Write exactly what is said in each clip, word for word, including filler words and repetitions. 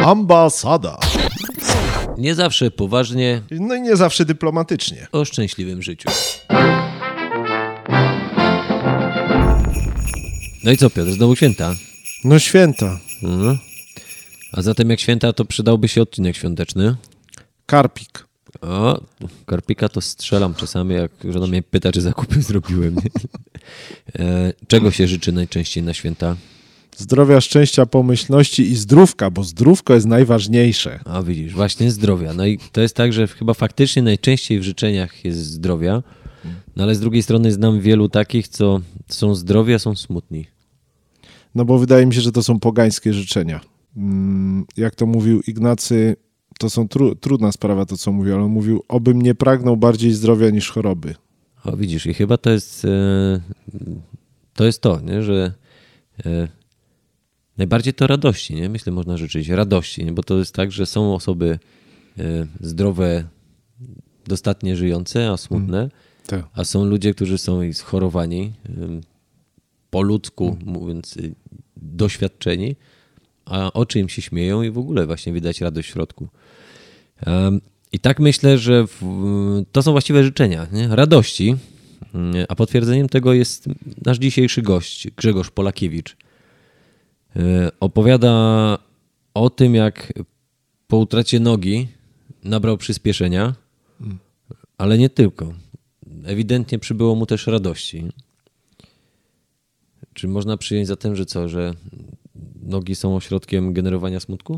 Ambasada. Nie zawsze poważnie. No i nie zawsze dyplomatycznie. O szczęśliwym życiu. No i co, Piotr, znowu święta? No święta. Mhm. A zatem jak święta, to przydałby się odcinek świąteczny. Karpik. O, karpika to strzelam czasami, jak żona mnie pyta, czy zakupy zrobiłem. Nie? E, czego się życzy najczęściej na święta? Zdrowia, szczęścia, pomyślności i zdrówka, bo zdrówko jest najważniejsze. A widzisz, właśnie zdrowia. No i to jest tak, że chyba faktycznie najczęściej w życzeniach jest zdrowia, no ale z drugiej strony znam wielu takich, co są zdrowi, a są smutni. No bo wydaje mi się, że to są pogańskie życzenia. Jak to mówił Ignacy, to są tru, trudna sprawa to, co mówił, ale on mówił, obym nie pragnął bardziej zdrowia niż choroby. O widzisz, i chyba to jest e, to, jest to nie? Że e, najbardziej to radości, nie? Myślę, można życzyć radości, nie? Bo to jest tak, że są osoby e, zdrowe, dostatnio żyjące, a smutne, mm, tak. A są ludzie, którzy są schorowani, e, po ludzku mm. mówiąc, doświadczeni, a oczy im się śmieją i w ogóle właśnie widać radość w środku. Um, I tak myślę, że w, to są właściwe życzenia, nie? Radości, a potwierdzeniem tego jest nasz dzisiejszy gość, Grzegorz Polakiewicz. Opowiada o tym, jak po utracie nogi nabrał przyspieszenia, ale nie tylko. Ewidentnie przybyło mu też radości. Czy można przyjąć zatem, że co, że nogi są ośrodkiem generowania smutku?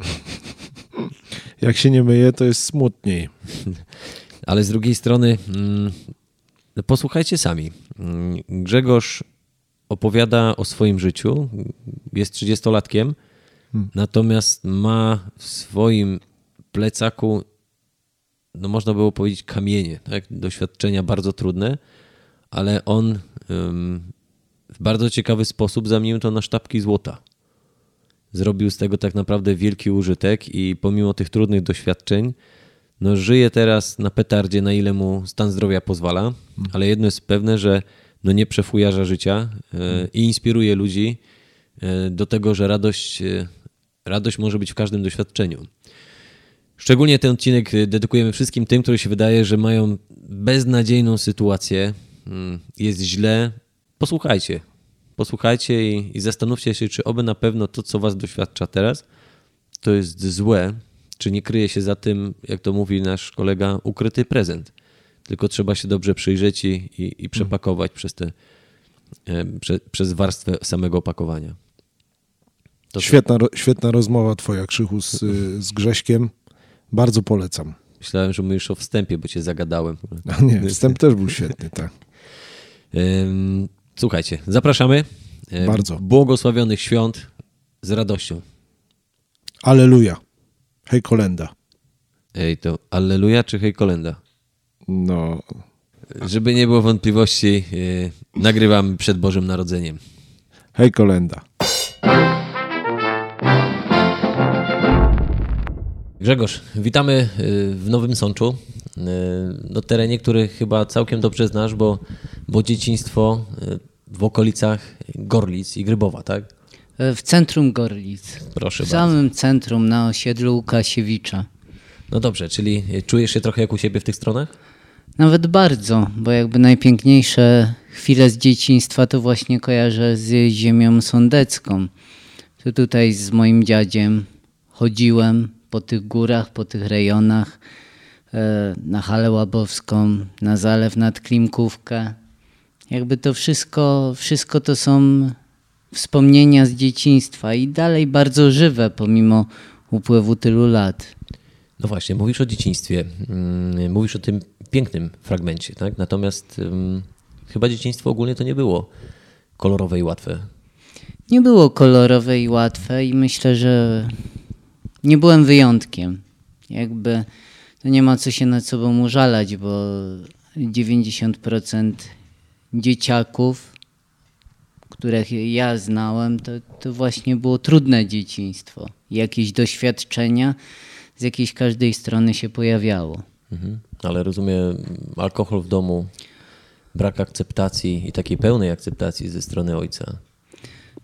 Jak się nie myje, to jest smutniej. Ale z drugiej strony, no posłuchajcie sami. Grzegorz opowiada o swoim życiu, jest trzydziestolatkiem, hmm. natomiast ma w swoim plecaku, no można było powiedzieć, kamienie, tak? Doświadczenia bardzo trudne, ale on um, w bardzo ciekawy sposób zamienił to na sztabki złota. Zrobił z tego tak naprawdę wielki użytek i pomimo tych trudnych doświadczeń, no żyje teraz na petardzie, na ile mu stan zdrowia pozwala, hmm. ale jedno jest pewne, że no nie przefujarza życia hmm. i inspiruje ludzi do tego, że radość, radość może być w każdym doświadczeniu. Szczególnie ten odcinek dedykujemy wszystkim tym, którzy się wydaje, że mają beznadziejną sytuację, jest źle. Posłuchajcie. Posłuchajcie i, i zastanówcie się, czy oby na pewno to, co was doświadcza teraz, to jest złe, czy nie kryje się za tym, jak to mówi nasz kolega, ukryty prezent. Tylko trzeba się dobrze przyjrzeć i, i, i przepakować hmm. przez, te, prze, przez warstwę samego opakowania. To świetna, ro, świetna rozmowa twoja, Krzychu, z, z Grześkiem. Bardzo polecam. Myślałem, że mówisz o wstępie, bo cię zagadałem. A nie, wstęp też był świetny, tak. Słuchajcie, zapraszamy. Bardzo. Błogosławionych świąt z radością. Alleluja. Hej kolenda. Ej, to alleluja czy hej kolenda? No. Żeby nie było wątpliwości, yy, nagrywamy przed Bożym Narodzeniem. Hej kolenda. Grzegorz, witamy w Nowym Sączu, no terenie, który chyba całkiem dobrze znasz, bo, bo dzieciństwo w okolicach Gorlic i Grybowa, tak? W centrum Gorlic. Proszę w bardzo. W samym centrum, na osiedlu Łukasiewicza. No dobrze, czyli czujesz się trochę jak u siebie w tych stronach? Nawet bardzo, bo jakby najpiękniejsze chwile z dzieciństwa to właśnie kojarzę z ziemią sądecką. To tutaj z moim dziadziem chodziłem po tych górach, po tych rejonach, na Halę Łabowską, na Zalew nad Klimkówkę. Jakby to wszystko, wszystko to są wspomnienia z dzieciństwa i dalej bardzo żywe pomimo upływu tylu lat. No właśnie, mówisz o dzieciństwie, mówisz o tym pięknym fragmencie, tak? Natomiast um, chyba dzieciństwo ogólnie to nie było kolorowe i łatwe. Nie było kolorowe i łatwe i myślę, że nie byłem wyjątkiem. Jakby to nie ma co się nad sobą użalać, bo dziewięćdziesiąt procent dzieciaków, których ja znałem, to, to właśnie było trudne dzieciństwo. Jakieś doświadczenia z jakiejś każdej strony się pojawiało. Mhm. Ale rozumiem, alkohol w domu, brak akceptacji i takiej pełnej akceptacji ze strony ojca.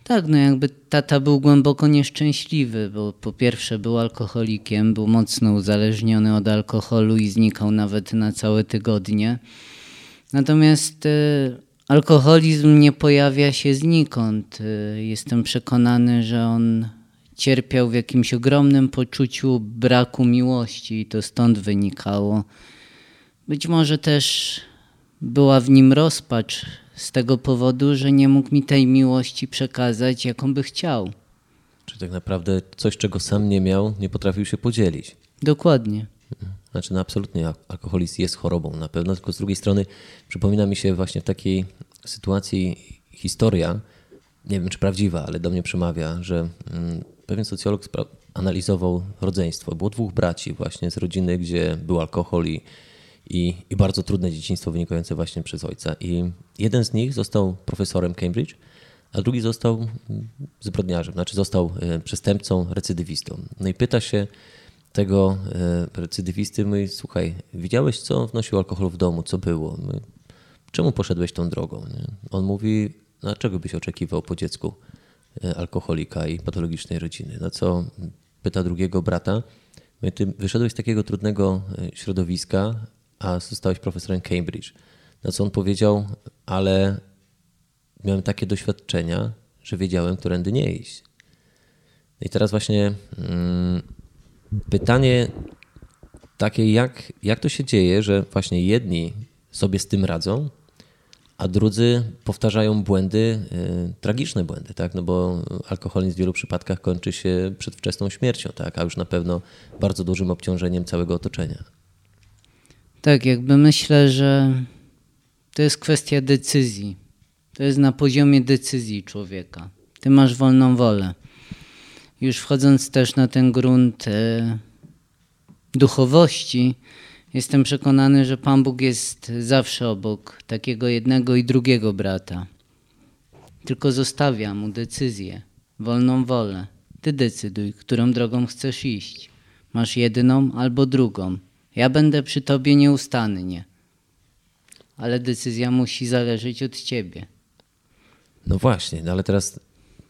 Tak, no jakby tata był głęboko nieszczęśliwy, bo po pierwsze był alkoholikiem, był mocno uzależniony od alkoholu i znikał nawet na całe tygodnie. Natomiast y, alkoholizm nie pojawia się znikąd. Y, jestem przekonany, że on cierpiał w jakimś ogromnym poczuciu braku miłości i to stąd wynikało. Być może też była w nim rozpacz z tego powodu, że nie mógł mi tej miłości przekazać, jaką by chciał. Czyli tak naprawdę coś, czego sam nie miał, nie potrafił się podzielić. Dokładnie. Znaczy no absolutnie alkoholizm jest chorobą na pewno, tylko z drugiej strony przypomina mi się właśnie w takiej sytuacji historia, nie wiem czy prawdziwa, ale do mnie przemawia, że mm, pewien socjolog spra- analizował rodzeństwo. Było dwóch braci właśnie z rodziny, gdzie był alkohol i I, i bardzo trudne dzieciństwo wynikające właśnie przez ojca. I jeden z nich został profesorem Cambridge, a drugi został zbrodniarzem, znaczy został przestępcą, recydywistą. No i pyta się tego recydywisty, mówi, słuchaj, widziałeś co wnosił alkohol w domu, co było? My, czemu poszedłeś tą drogą? Nie? On mówi, no czego byś oczekiwał po dziecku alkoholika i patologicznej rodziny? No co pyta drugiego brata, mówi, ty wyszedłeś z takiego trudnego środowiska, a zostałeś profesorem Cambridge. Na co on powiedział, ale miałem takie doświadczenia, że wiedziałem, którędy nie iść. I teraz właśnie hmm, pytanie takie, jak, jak to się dzieje, że właśnie jedni sobie z tym radzą, a drudzy powtarzają błędy, y, tragiczne błędy, tak? No bo alkoholizm w wielu przypadkach kończy się przedwczesną śmiercią, tak? A już na pewno bardzo dużym obciążeniem całego otoczenia. Tak, jakby myślę, że to jest kwestia decyzji. To jest na poziomie decyzji człowieka. Ty masz wolną wolę. Już wchodząc też na ten grunt e, duchowości, jestem przekonany, że Pan Bóg jest zawsze obok takiego jednego i drugiego brata. Tylko zostawia mu decyzję, wolną wolę. Ty decyduj, którą drogą chcesz iść. Masz jedną albo drugą. Ja będę przy tobie nieustannie, ale decyzja musi zależeć od ciebie. No właśnie, no ale teraz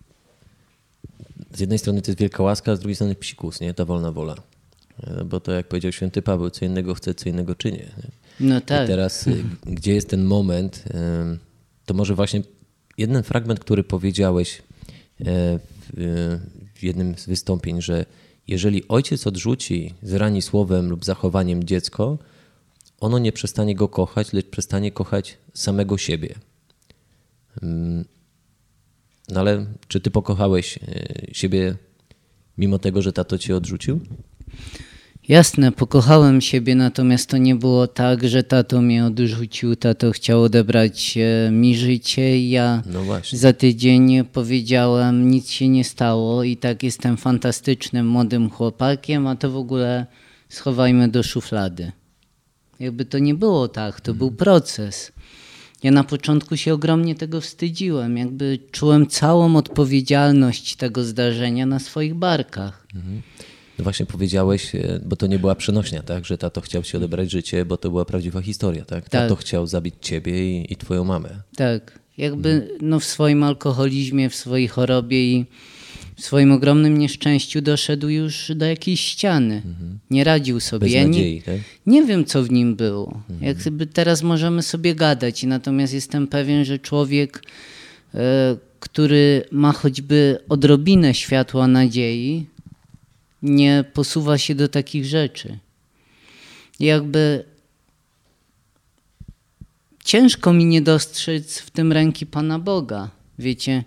z jednej strony to jest wielka łaska, a z drugiej strony psikus, nie? Ta wolna wola. Bo to jak powiedział święty Paweł, co innego chce, co innego czynię. No tak. I teraz gdzie jest ten moment, to może właśnie jeden fragment, który powiedziałeś w jednym z wystąpień, że jeżeli ojciec odrzuci, zrani słowem lub zachowaniem dziecko, ono nie przestanie go kochać, lecz przestanie kochać samego siebie. No ale czy ty pokochałeś siebie mimo tego, że tato cię odrzucił? Jasne, pokochałem siebie, natomiast to nie było tak, że tato mnie odrzucił, tato chciał odebrać mi życie i ja no właśnie. Za tydzień powiedziałem, nic się nie stało i tak jestem fantastycznym młodym chłopakiem, a to w ogóle schowajmy do szuflady. Jakby to nie było tak, to był proces. Ja na początku się ogromnie tego wstydziłem, jakby czułem całą odpowiedzialność tego zdarzenia na swoich barkach. Mhm. No właśnie powiedziałeś, bo to nie była przenośnia, tak, że tato chciał ci odebrać życie, bo to była prawdziwa historia, tak? Tato tak. chciał zabić ciebie i, i twoją mamę. Tak, jakby no w swoim alkoholizmie, w swojej chorobie i w swoim ogromnym nieszczęściu doszedł już do jakiejś ściany. Mhm. Nie radził sobie. Bez ja nadziei, nie, tak? nie wiem, co w nim było. Mhm. Jak sobie teraz możemy sobie gadać, natomiast jestem pewien, że człowiek, e, który ma choćby odrobinę światła nadziei, nie posuwa się do takich rzeczy. Jakby ciężko mi nie dostrzec w tym ręki Pana Boga. Wiecie,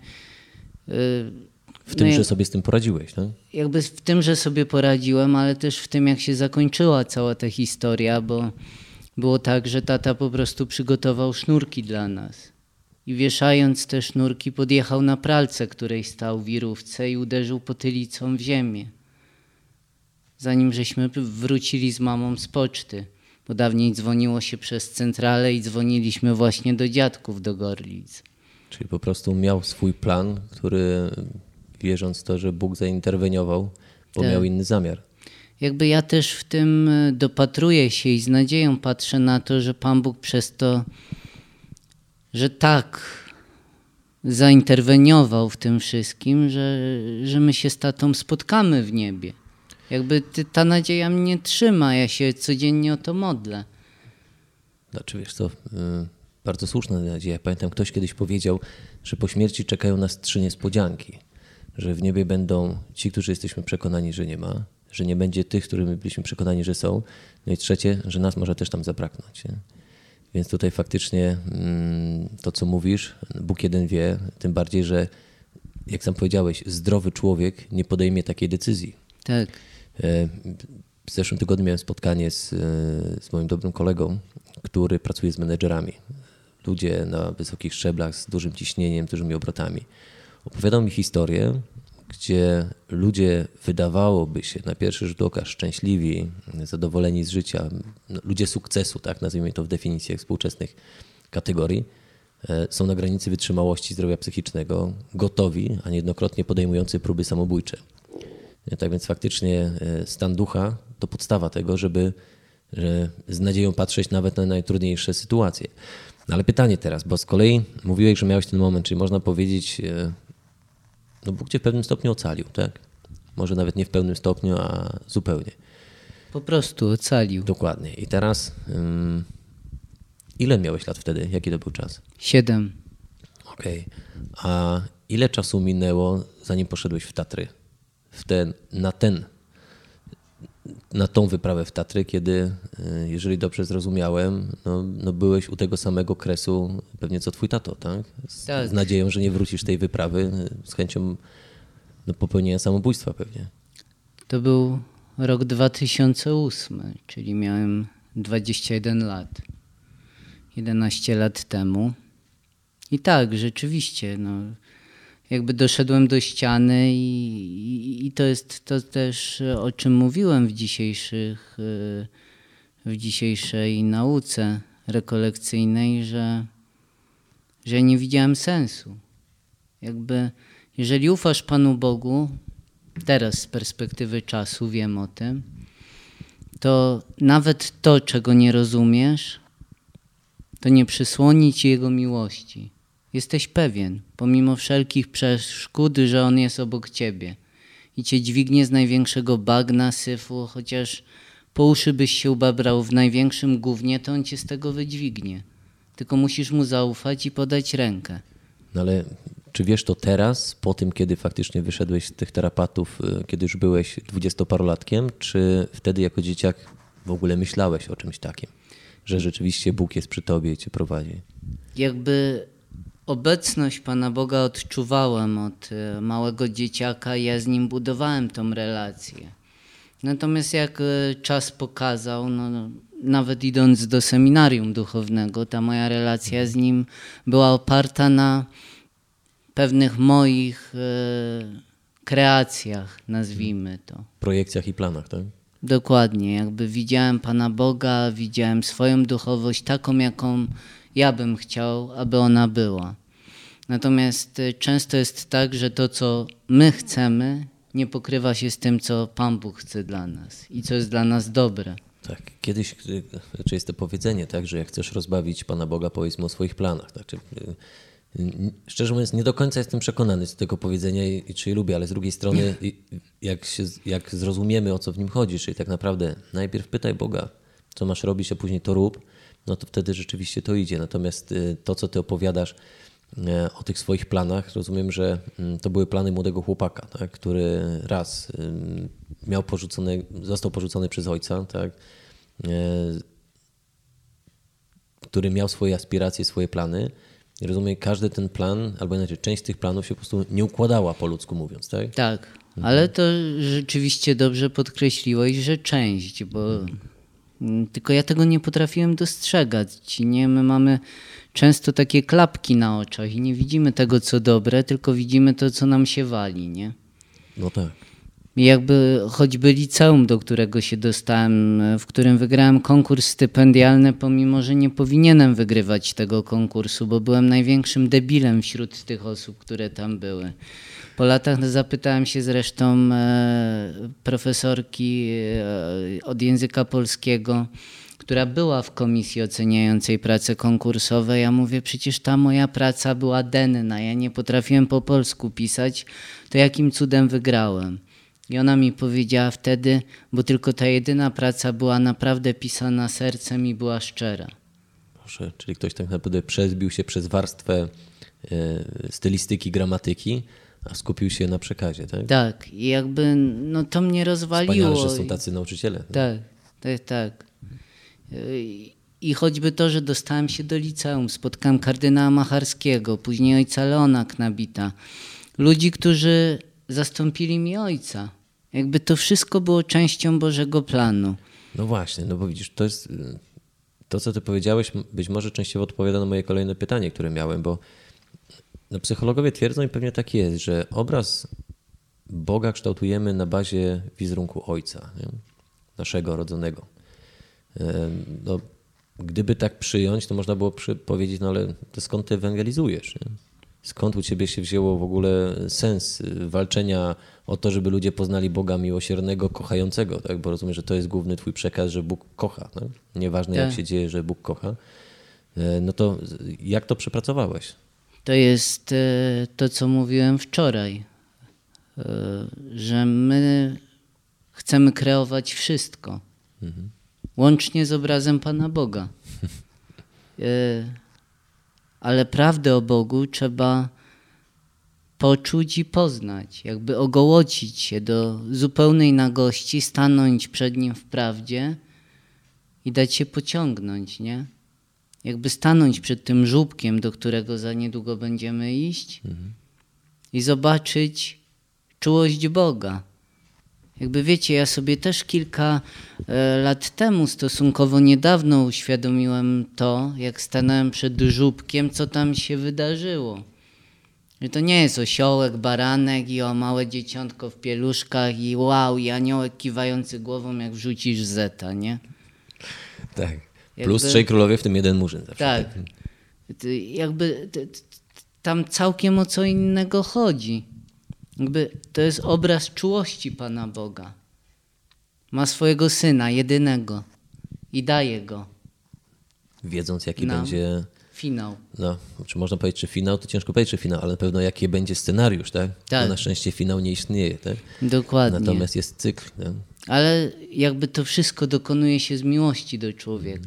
w tym, no że jak, sobie z tym poradziłeś, tak? Jakby w tym, że sobie poradziłem, ale też w tym, jak się zakończyła cała ta historia, bo było tak, że tata po prostu przygotował sznurki dla nas. I wieszając te sznurki podjechał na pralce, której stał w wirówce i uderzył potylicą w ziemię. Zanim żeśmy wrócili z mamą z poczty, bo dawniej dzwoniło się przez centralę i dzwoniliśmy właśnie do dziadków do Gorlic. Czyli po prostu miał swój plan, który wierząc w to, że Bóg zainterweniował, bo tak. miał inny zamiar. Jakby ja też w tym dopatruję się i z nadzieją patrzę na to, że Pan Bóg przez to, że tak zainterweniował w tym wszystkim, że, że my się z tatą spotkamy w niebie. Jakby ty, ta nadzieja mnie trzyma, ja się codziennie o to modlę. Znaczy wiesz co, bardzo słuszna nadzieja. Pamiętam, ktoś kiedyś powiedział, że po śmierci czekają nas trzy niespodzianki. Że w niebie będą ci, którzy jesteśmy przekonani, że nie ma, że nie będzie tych, którymi byliśmy przekonani, że są. No i trzecie, że nas może też tam zabraknąć. Nie? Więc tutaj faktycznie to, co mówisz, Bóg jeden wie, tym bardziej, że jak sam powiedziałeś, zdrowy człowiek nie podejmie takiej decyzji. Tak. W zeszłym tygodniu miałem spotkanie z, z moim dobrym kolegą, który pracuje z menedżerami. Ludzie na wysokich szczeblach z dużym ciśnieniem, dużymi obrotami. Opowiadał mi historię, gdzie ludzie, wydawałoby się na pierwszy rzut oka szczęśliwi, zadowoleni z życia, ludzie sukcesu, tak nazwijmy to w definicjach współczesnych kategorii, są na granicy wytrzymałości zdrowia psychicznego, gotowi, a niejednokrotnie podejmujący próby samobójcze. Tak więc faktycznie stan ducha to podstawa tego, żeby z nadzieją patrzeć nawet na najtrudniejsze sytuacje. No ale pytanie teraz, bo z kolei mówiłeś, że miałeś ten moment, czyli można powiedzieć, no Bóg cię w pewnym stopniu ocalił, tak? Może nawet nie w pełnym stopniu, a zupełnie. Po prostu ocalił. Dokładnie. I teraz um, ile miałeś lat wtedy? Jaki to był czas? Siedem. Okej. Okay. A ile czasu minęło, zanim poszedłeś w Tatry? W ten, na ten, na tą wyprawę w Tatry, kiedy, jeżeli dobrze zrozumiałem, no, no byłeś u tego samego kresu pewnie co twój tato, tak? Z, tak. z nadzieją, że nie wrócisz tej wyprawy, z chęcią no, popełnienia samobójstwa pewnie. To był rok dwa tysiące ósmy, czyli miałem dwadzieścia jeden lat. jedenaście lat temu. I tak, rzeczywiście, no, jakby doszedłem do ściany i, i, i to jest to też, o czym mówiłem w dzisiejszych, w dzisiejszej nauce rekolekcyjnej, że, że nie widziałem sensu. Jakby, jeżeli ufasz Panu Bogu, teraz z perspektywy czasu wiem o tym, to nawet to, czego nie rozumiesz, to nie przysłoni ci Jego miłości. Jesteś pewien, pomimo wszelkich przeszkód, że On jest obok ciebie i cię dźwignie z największego bagna, syfu, chociaż po uszy byś się ubabrał w największym gównie, to On cię z tego wydźwignie. Tylko musisz Mu zaufać i podać rękę. No ale czy wiesz to teraz, po tym, kiedy faktycznie wyszedłeś z tych tarapatów, kiedy już byłeś dwudziestoparolatkiem, czy wtedy jako dzieciak w ogóle myślałeś o czymś takim, że rzeczywiście Bóg jest przy tobie i cię prowadzi? Jakby obecność Pana Boga odczuwałem od małego dzieciaka i ja z Nim budowałem tą relację. Natomiast jak czas pokazał, no, nawet idąc do seminarium duchownego, ta moja relacja z Nim była oparta na pewnych moich e, kreacjach, nazwijmy to. Projekcjach i planach, tak? Dokładnie, jakby widziałem Pana Boga, widziałem swoją duchowość taką, jaką ja bym chciał, aby ona była. Natomiast często jest tak, że to, co my chcemy, nie pokrywa się z tym, co Pan Bóg chce dla nas i co jest dla nas dobre. Tak, kiedyś, znaczy jest to powiedzenie, tak, że jak chcesz rozbawić Pana Boga, powiedz Mu o swoich planach. Znaczy, szczerze mówiąc, nie do końca jestem przekonany z tego powiedzenia i, i czy je lubię, ale z drugiej strony, jak, się, jak zrozumiemy, o co w nim chodzi, czyli tak naprawdę najpierw pytaj Boga, co masz robić, a później to rób, no to wtedy rzeczywiście to idzie. Natomiast to, co ty opowiadasz o tych swoich planach, rozumiem, że to były plany młodego chłopaka, tak, który raz miał porzucone, został porzucony przez ojca, tak, który miał swoje aspiracje, swoje plany. I rozumiem, każdy ten plan, albo inaczej, część z tych planów się po prostu nie układała, po ludzku mówiąc, tak? Tak, mhm. Ale to rzeczywiście dobrze podkreśliłeś, że część, bo mhm. tylko ja tego nie potrafiłem dostrzegać. Nie? My mamy często takie klapki na oczach i nie widzimy tego, co dobre, tylko widzimy to, co nam się wali, nie? No tak. I jakby choćby liceum, do którego się dostałem, w którym wygrałem konkurs stypendialny, pomimo że nie powinienem wygrywać tego konkursu, bo byłem największym debilem wśród tych osób, które tam były. Po latach zapytałem się zresztą profesorki od języka polskiego, która była w komisji oceniającej prace konkursowe. Ja mówię, przecież ta moja praca była denna, ja nie potrafiłem po polsku pisać, to jakim cudem wygrałem? I ona mi powiedziała wtedy, bo tylko ta jedyna praca była naprawdę pisana sercem i była szczera. Proszę, czyli ktoś tak naprawdę przezbił się przez warstwę e, stylistyki, gramatyki, a skupił się na przekazie, tak? Tak, i jakby no to mnie rozwaliło. Wspaniale, że są tacy nauczyciele. Tak, tak, tak. I choćby to, że dostałem się do liceum, spotkałem kardynała Macharskiego, później ojca Leona Knabita, ludzi, którzy zastąpili mi ojca. Jakby to wszystko było częścią Bożego planu. No właśnie, no bo widzisz, to jest to, co ty powiedziałeś, być może częściowo odpowiada na moje kolejne pytanie, które miałem, bo no, psychologowie twierdzą i pewnie tak jest, że obraz Boga kształtujemy na bazie wizerunku Ojca, nie? Naszego rodzonego. No, gdyby tak przyjąć, to można było przy, powiedzieć, no ale to skąd ty ewangelizujesz? Nie? Skąd u ciebie się wzięło w ogóle sens walczenia o to, żeby ludzie poznali Boga miłosiernego, kochającego, tak? Bo rozumiem, że to jest główny twój przekaz, że Bóg kocha. Tak? Nieważne tak. jak się dzieje, że Bóg kocha. No to jak to przepracowałeś? To jest to, co mówiłem wczoraj, że my chcemy kreować wszystko, mhm. łącznie z obrazem Pana Boga. Ale prawdę o Bogu trzeba poczuć i poznać, jakby ogołocić się do zupełnej nagości, stanąć przed Nim w prawdzie i dać się pociągnąć, nie? Jakby stanąć przed tym żłóbkiem, do którego za niedługo będziemy iść mhm. i zobaczyć czułość Boga. Jakby wiecie, ja sobie też kilka e, lat temu, stosunkowo niedawno uświadomiłem to, jak stanąłem przed żłóbkiem, co tam się wydarzyło. Że to nie jest osiołek, baranek i o małe dzieciątko w pieluszkach i wow, i aniołek kiwający głową, jak wrzucisz zeta, nie? Tak. Plus jakby, trzej królowie, w tym jeden murzyn. Zawsze. Tak. Jakby t, t, tam całkiem o co innego chodzi. Jakby to jest obraz czułości Pana Boga. Ma swojego Syna, jedynego i daje Go. Wiedząc, jaki Nam będzie finał. No, czy można powiedzieć, czy finał, to ciężko powiedzieć, czy finał, ale na pewno jaki będzie scenariusz, tak? Tak. Bo na szczęście finał nie istnieje, tak? Dokładnie. Natomiast jest cykl. Tak? Ale jakby to wszystko dokonuje się z miłości do człowieka.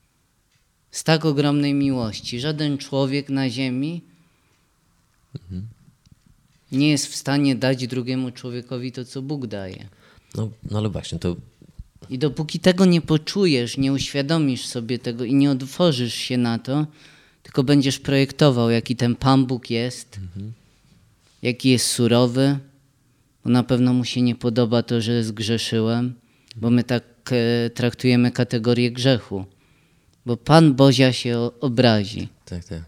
Z tak ogromnej miłości. Żaden człowiek na ziemi mhm. nie jest w stanie dać drugiemu człowiekowi to, co Bóg daje. No, no ale właśnie to... I dopóki tego nie poczujesz, nie uświadomisz sobie tego i nie otworzysz się na to, tylko będziesz projektował, jaki ten Pan Bóg jest, mhm. jaki jest surowy, bo na pewno mu się nie podoba to, że zgrzeszyłem, bo my tak e, traktujemy kategorię grzechu. Bo Pan Bozia się obrazi. Tak, tak.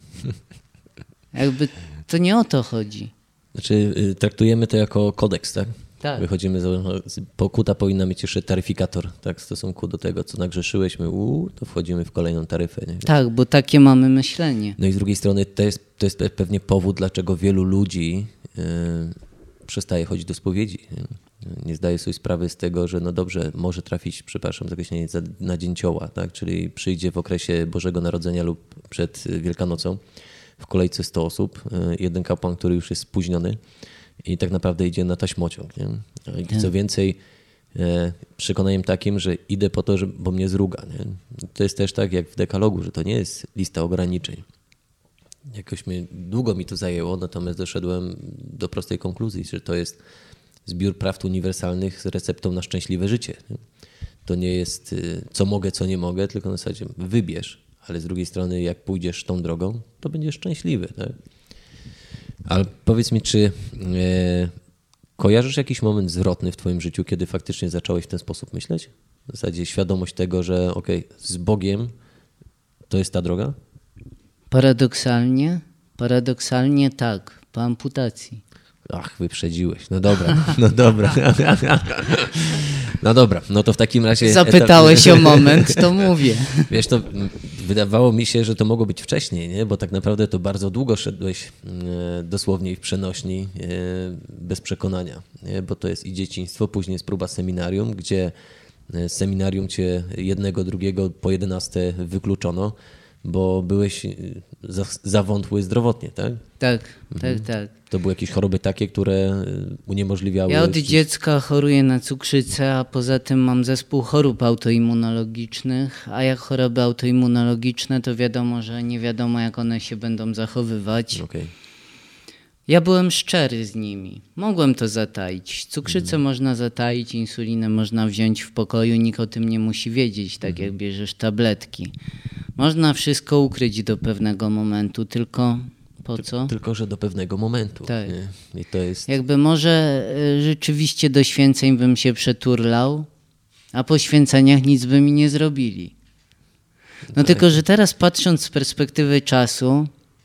Jakby to nie o to chodzi. Znaczy traktujemy to jako kodeks, tak? Tak. Wychodzimy, z, pokuta powinna mieć jeszcze taryfikator, tak? W stosunku do tego, co nagrzeszyłeś, uu, to wchodzimy w kolejną taryfę. Nie? Tak, bo takie mamy myślenie. No i z drugiej strony to jest, to jest pewnie powód, dlaczego wielu ludzi yy, przestaje chodzić do spowiedzi. Nie? Nie zdaje sobie sprawy z tego, że no dobrze, może trafić, przepraszam, zakreślenie na Dzień Cioła, tak? Czyli przyjdzie w okresie Bożego Narodzenia lub przed Wielkanocą w kolejce sto osób, jeden kapłan, który już jest spóźniony i tak naprawdę idzie na taśmociąg. Nie? I co więcej, przekonaniem takim, że idę po to, że, bo mnie zruga. Nie? To jest też tak jak w dekalogu, że to nie jest lista ograniczeń. Jakoś mnie, długo mi to zajęło, natomiast doszedłem do prostej konkluzji, że to jest zbiór prawd uniwersalnych z receptą na szczęśliwe życie. To nie jest co mogę, co nie mogę, tylko na zasadzie wybierz, ale z drugiej strony jak pójdziesz tą drogą, to będziesz szczęśliwy. Tak? Ale powiedz mi, czy e, kojarzysz jakiś moment zwrotny w twoim życiu, kiedy faktycznie zacząłeś w ten sposób myśleć? W zasadzie świadomość tego, że okej, okay, z Bogiem to jest ta droga? Paradoksalnie, paradoksalnie tak, po amputacji. Ach, wyprzedziłeś. No dobra, no dobra. No dobra, no to w takim razie... Zapytałeś etap... o moment, to mówię. Wiesz, to wydawało mi się, że to mogło być wcześniej, nie? Bo tak naprawdę to bardzo długo szedłeś dosłownie w przenośni bez przekonania, nie? Bo to jest i dzieciństwo, później jest próba seminarium, gdzie z seminarium cię jednego, drugiego po jedenaste wykluczono, bo byłeś za, zawątły zdrowotnie, tak? Tak, Mhm. tak, tak. To były jakieś choroby takie, które uniemożliwiały... Ja od ci- dziecka choruję na cukrzycę, a poza tym mam zespół chorób autoimmunologicznych, a jak choroby autoimmunologiczne, to wiadomo, że nie wiadomo, jak one się będą zachowywać. Okej. Ja byłem szczery z nimi. Mogłem to zataić. Cukrzycę Mhm. można zataić, insulinę można wziąć w pokoju, nikt o tym nie musi wiedzieć, tak Mhm. jak bierzesz tabletki. Można wszystko ukryć do pewnego momentu, tylko po co? Tylko, że do pewnego momentu. Tak. Nie? I to jest... Jakby może y, rzeczywiście do święceń bym się przeturlał, a po święceniach nic by mi nie zrobili. No Tak. tylko, że teraz patrząc z perspektywy czasu,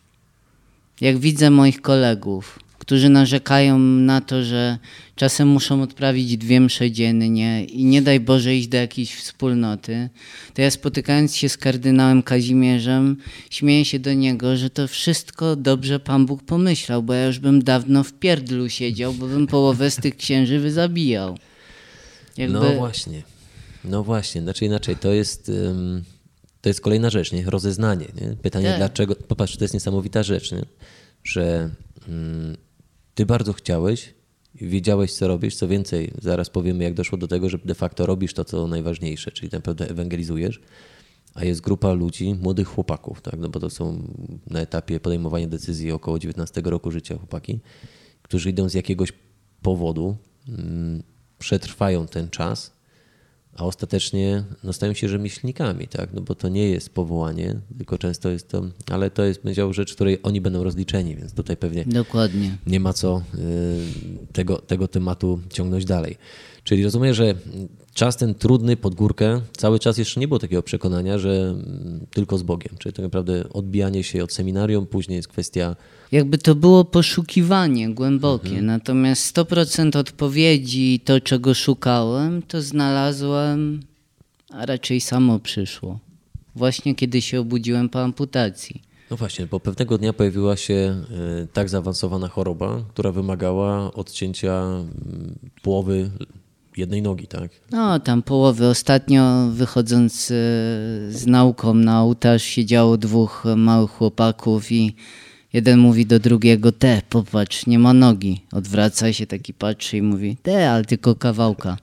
jak widzę moich kolegów, którzy narzekają na to, że czasem muszą odprawić dwie msze dziennie i nie daj Boże iść do jakiejś wspólnoty, to ja spotykając się z kardynałem Kazimierzem, śmieję się do niego, że to wszystko dobrze Pan Bóg pomyślał, bo ja już bym dawno w pierdlu siedział, bo bym połowę z tych księży wyzabijał. Jakby... No właśnie. No właśnie. Znaczy inaczej, to jest... ym, To jest kolejna rzecz, nie? Rozeznanie. Nie? Pytanie Tak. dlaczego... Popatrz, to jest niesamowita rzecz, nie? Że mm, ty bardzo chciałeś i wiedziałeś, co robisz. Co więcej, zaraz powiemy, jak doszło do tego, że de facto robisz to, co najważniejsze, czyli naprawdę ewangelizujesz, a jest grupa ludzi, młodych chłopaków, tak? No bo to są na etapie podejmowania decyzji około dziewiętnastego roku życia chłopaki, którzy idą z jakiegoś powodu, mm, przetrwają ten czas, a ostatecznie no, stają się rzemieślnikami, tak? No bo to nie jest powołanie, tylko często jest to, ale to jest, powiedział, rzecz, której oni będą rozliczeni, więc tutaj pewnie Dokładnie. nie ma co y, tego, tego tematu ciągnąć dalej. Czyli rozumiem, że czas ten trudny pod górkę, cały czas jeszcze nie było takiego przekonania, że mm, tylko z Bogiem, czyli tak naprawdę odbijanie się od seminarium, później jest kwestia... Jakby to było poszukiwanie głębokie, natomiast sto procent odpowiedzi, to czego szukałem, to znalazłem, a raczej samo przyszło. Właśnie kiedy się obudziłem po amputacji. No właśnie, bo pewnego dnia pojawiła się y, tak zaawansowana choroba, która wymagała odcięcia y, połowy jednej nogi, tak? No tam połowy. Ostatnio wychodząc e, z nauką na ołtarz siedziało dwóch małych chłopaków i jeden mówi do drugiego, te popatrz, nie ma nogi. Odwraca się taki, patrzy i mówi, te, ale tylko kawałka.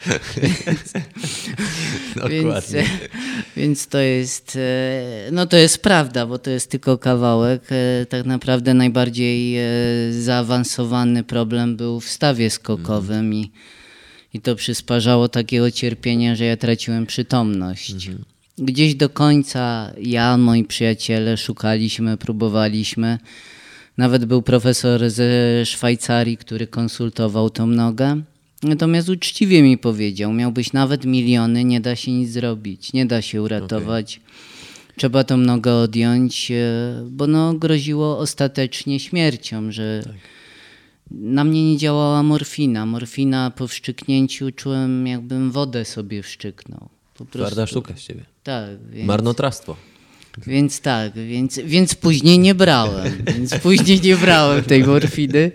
Więc, e, więc to jest, e, no to jest prawda, bo to jest tylko kawałek. E, tak naprawdę najbardziej e, zaawansowany problem był w stawie skokowym i I to przysparzało takiego cierpienia, że ja traciłem przytomność. Mhm. Gdzieś do końca ja, moi przyjaciele szukaliśmy, próbowaliśmy. Nawet był profesor ze Szwajcarii, który konsultował tą nogę. Natomiast uczciwie mi powiedział, miałbyś nawet miliony, nie da się nic zrobić, nie da się uratować. Okay. Trzeba tą nogę odjąć, bo no, groziło ostatecznie śmiercią, że... Tak. Na mnie nie działała morfina. Morfina po wszczyknięciu czułem, jakbym wodę sobie wszczyknął. Po prostu. Twarda sztuka z ciebie. Tak. Więc, marnotrawstwo. Więc tak, więc, więc później nie brałem. Więc później nie brałem tej morfiny.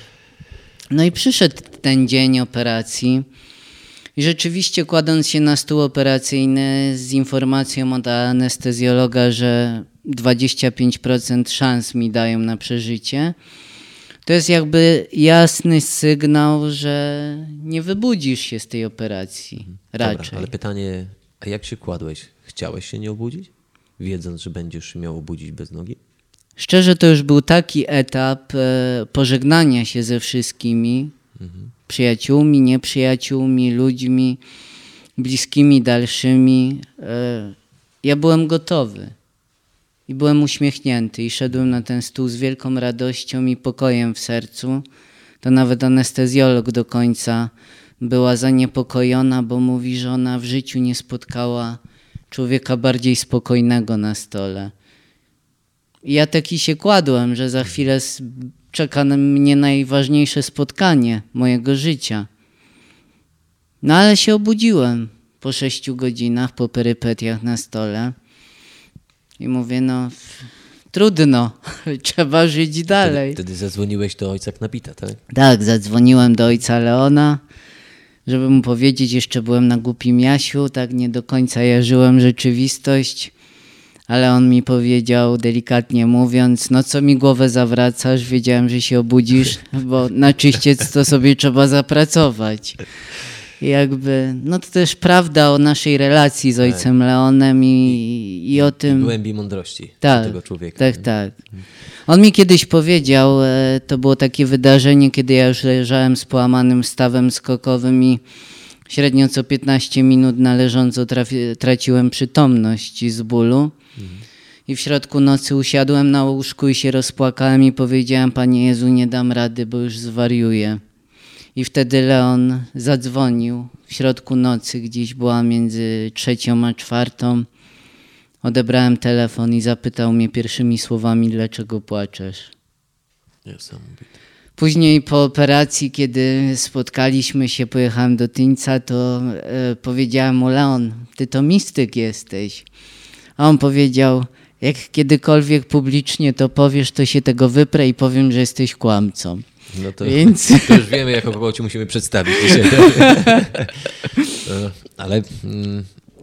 No i przyszedł ten dzień operacji. I rzeczywiście kładąc się na stół operacyjny z informacją od anestezjologa, że dwadzieścia pięć procent szans mi dają na przeżycie, to jest jakby jasny sygnał, że nie wybudzisz się z tej operacji. Raczej. Dobra, ale pytanie, a jak się kładłeś? Chciałeś się nie obudzić? Wiedząc, że będziesz się miał obudzić bez nogi? Szczerze, to już był taki etap e, pożegnania się ze wszystkimi, mhm. przyjaciółmi, nieprzyjaciółmi, ludźmi, bliskimi, dalszymi. E, ja byłem gotowy. I byłem uśmiechnięty i szedłem na ten stół z wielką radością i pokojem w sercu. To nawet anestezjolog do końca była zaniepokojona, bo mówi, że ona w życiu nie spotkała człowieka bardziej spokojnego na stole. I ja taki się kładłem, że za chwilę czeka na mnie najważniejsze spotkanie mojego życia. No ale się obudziłem po sześciu godzinach, po perypetiach na stole. I mówię, no trudno, trzeba żyć dalej. Wtedy, wtedy zadzwoniłeś do ojca Knapita, tak? Tak, zadzwoniłem do ojca Leona, żeby mu powiedzieć, jeszcze byłem na głupim Jasiu, tak nie do końca jarzyłem rzeczywistość, ale on mi powiedział, delikatnie mówiąc, no co mi głowę zawracasz, wiedziałem, że się obudzisz, bo na czyściec to sobie trzeba zapracować. I jakby, no to też prawda o naszej relacji z ojcem Leonem i, i o tym... Głębi mądrości tak, tego człowieka. Tak, tak. On mi kiedyś powiedział, to było takie wydarzenie, kiedy ja już leżałem z połamanym stawem skokowym i średnio co piętnaście minut na leżąco trafi- traciłem przytomność z bólu. Mhm. I w środku nocy usiadłem na łóżku i się rozpłakałem i powiedziałem, Panie Jezu, nie dam rady, bo już zwariuję. I wtedy Leon zadzwonił w środku nocy, gdzieś była między trzecią a czwartą. Odebrałem telefon i zapytał mnie pierwszymi słowami, dlaczego płaczesz. Niesamowite. Później po operacji, kiedy spotkaliśmy się, pojechałem do Tyńca, to e, powiedziałem mu, Leon, ty to mistyk jesteś. A on powiedział, jak kiedykolwiek publicznie to powiesz, to się tego wyprę i powiem, że jesteś kłamcą. No to, Więc... to już wiemy, jako kogo ci musimy przedstawić dzisiaj. Ale mm,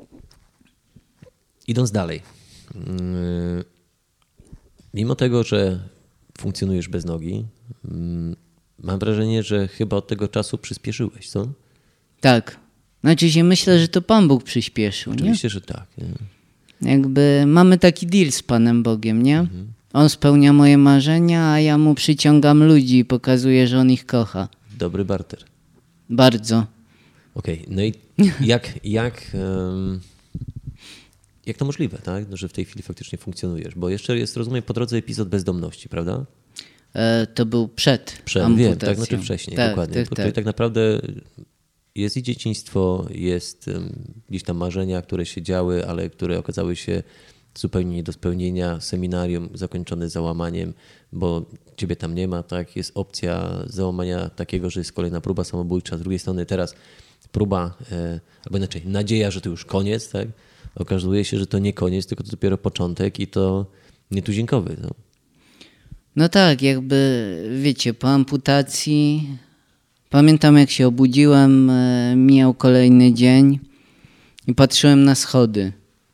idąc dalej. Mm, mimo tego, że funkcjonujesz bez nogi, mm, mam wrażenie, że chyba od tego czasu przyspieszyłeś, co? Tak. Znaczy się myślę, że to Pan Bóg przyspieszył. Oczywiście, nie? że tak. Nie? Jakby mamy taki deal z Panem Bogiem, nie? Mhm. On spełnia moje marzenia, a ja mu przyciągam ludzi i pokazuję, że on ich kocha. Dobry barter. Bardzo. Okej, okay. No i jak, jak, um, jak to możliwe, tak? że w tej chwili faktycznie funkcjonujesz? Bo jeszcze jest, rozumiem, po drodze epizod bezdomności, prawda? E, to był przed, przed amputacją. Wiem, tak, znaczy wcześniej, tak, dokładnie. Tak, Bo tak. Czyli tak naprawdę jest i dzieciństwo, jest um, gdzieś tam marzenia, które się działy, ale które okazały się zupełnie nie do spełnienia. Seminarium zakończone załamaniem, bo ciebie tam nie ma, tak? Jest opcja załamania takiego, że jest kolejna próba samobójcza. Z drugiej strony teraz próba, e, albo inaczej, nadzieja, że to już koniec, tak? Okazuje się, że to nie koniec, tylko to dopiero początek i to nietuzinkowy. No, no tak, jakby wiecie, po amputacji pamiętam, jak się obudziłem, e, mijał kolejny dzień i patrzyłem na schody.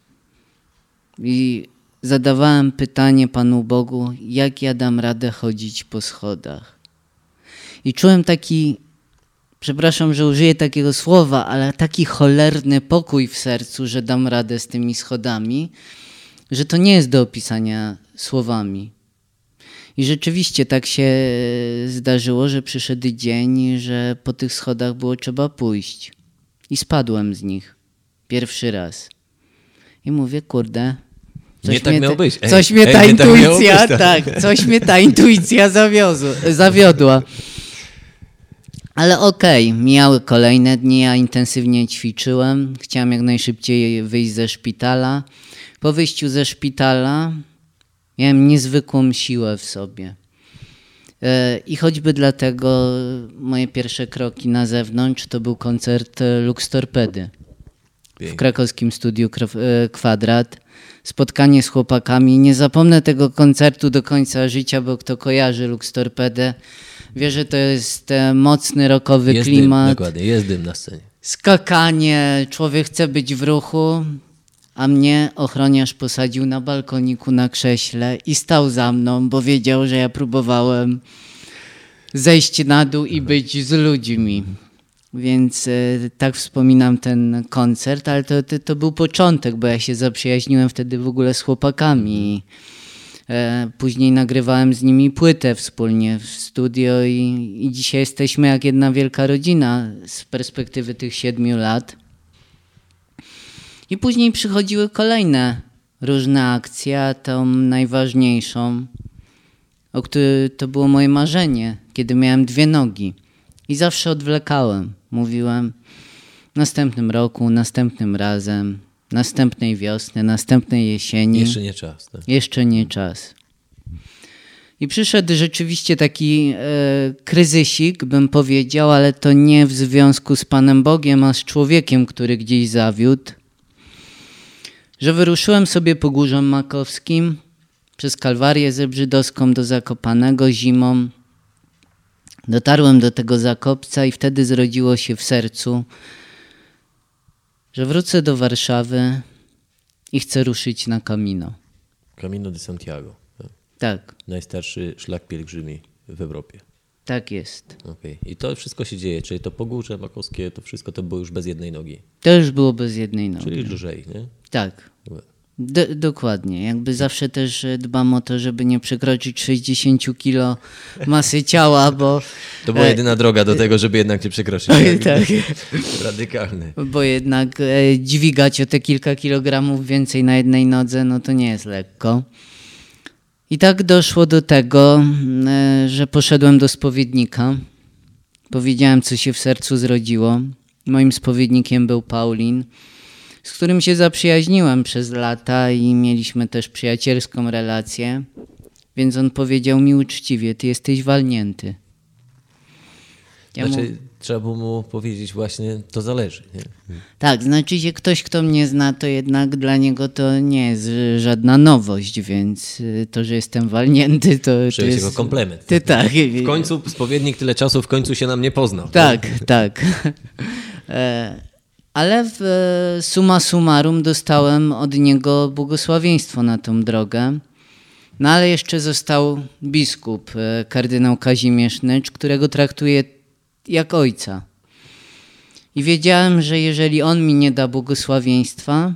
I zadawałem pytanie Panu Bogu, jak ja dam radę chodzić po schodach. I czułem taki, przepraszam, że użyję takiego słowa, ale taki cholerny pokój w sercu, że dam radę z tymi schodami, że to nie jest do opisania słowami. I rzeczywiście tak się zdarzyło, że przyszedł dzień, że po tych schodach było trzeba pójść. I spadłem z nich. Pierwszy raz. I mówię, kurde, coś nie tak mnie miało być. Ej, coś mnie ej, ta nie tak miało intuicja, być, tak. tak, coś mnie ta intuicja zawiozła, zawiodła. Ale okej, okay, mijały kolejne dni, ja intensywnie ćwiczyłem, chciałem jak najszybciej wyjść ze szpitala. Po wyjściu ze szpitala miałem niezwykłą siłę w sobie. I choćby dlatego moje pierwsze kroki na zewnątrz to był koncert Lux Torpedy. W krakowskim studiu Kwadrat. Spotkanie z chłopakami. Nie zapomnę tego koncertu do końca życia, bo kto kojarzy Lux Torpedę, wie, że to jest mocny rockowy jest klimat. Dym, dokładnie, jest dym na scenie. Skakanie, człowiek chce być w ruchu, a mnie ochroniarz posadził na balkoniku na krześle i stał za mną, bo wiedział, że ja próbowałem zejść na dół i być z ludźmi. Więc e, tak wspominam ten koncert, ale to, to, to był początek, bo ja się zaprzyjaźniłem wtedy w ogóle z chłopakami. E, później nagrywałem z nimi płytę wspólnie w studio i, i dzisiaj jesteśmy jak jedna wielka rodzina z perspektywy tych siedmiu lat. I później przychodziły kolejne różne akcje, a tą najważniejszą, o której to było moje marzenie, kiedy miałem dwie nogi. I zawsze odwlekałem. Mówiłem w następnym roku, następnym razem, następnej wiosny, następnej jesieni. Jeszcze nie czas. Tak? Jeszcze nie czas. I przyszedł rzeczywiście taki e, kryzysik, bym powiedział, ale to nie w związku z Panem Bogiem, a z człowiekiem, który gdzieś zawiódł. Że wyruszyłem sobie po Górzom Makowskim przez Kalwarię Zebrzydowską do Zakopanego zimą. Dotarłem do tego zakopca i wtedy zrodziło się w sercu, że wrócę do Warszawy i chcę ruszyć na Camino. Camino de Santiago. Tak? Tak, Najstarszy szlak pielgrzymi w Europie. tak jest. Okay. I to wszystko się dzieje, czyli to Pogórze Makowskie, to wszystko to było już bez jednej nogi. To już było bez jednej nogi. Czyli lżej, nie? Tak. D- dokładnie. Jakby zawsze też dbam o to, żeby nie przekroczyć sześćdziesiąt kilo masy ciała, bo... To była jedyna droga do tego, żeby jednak nie przekroczyć. Tak. Radykalny. Bo jednak e, dźwigać o te kilka kilogramów więcej na jednej nodze, no to nie jest lekko. I tak doszło do tego, e, że poszedłem do spowiednika. Powiedziałem, co się w sercu zrodziło. Moim spowiednikiem był Paulin, z którym się zaprzyjaźniłem przez lata i mieliśmy też przyjacielską relację. Więc on powiedział mi uczciwie, ty jesteś walnięty. Ja Znaczy, mu... trzeba było mu powiedzieć właśnie, to zależy. Nie? Tak, znaczy się ktoś, kto mnie zna, to jednak dla niego to nie jest żadna nowość, więc to, że jestem walnięty, to, to jest... jako komplement. Ty, tak. W końcu spowiednik tyle czasu, w końcu się nam nie poznał. Tak, tak. Ale w summa summarum dostałem od niego błogosławieństwo na tą drogę. No ale jeszcze został biskup, kardynał Kazimierz Nycz, którego traktuję jak ojca. I wiedziałem, że jeżeli on mi nie da błogosławieństwa,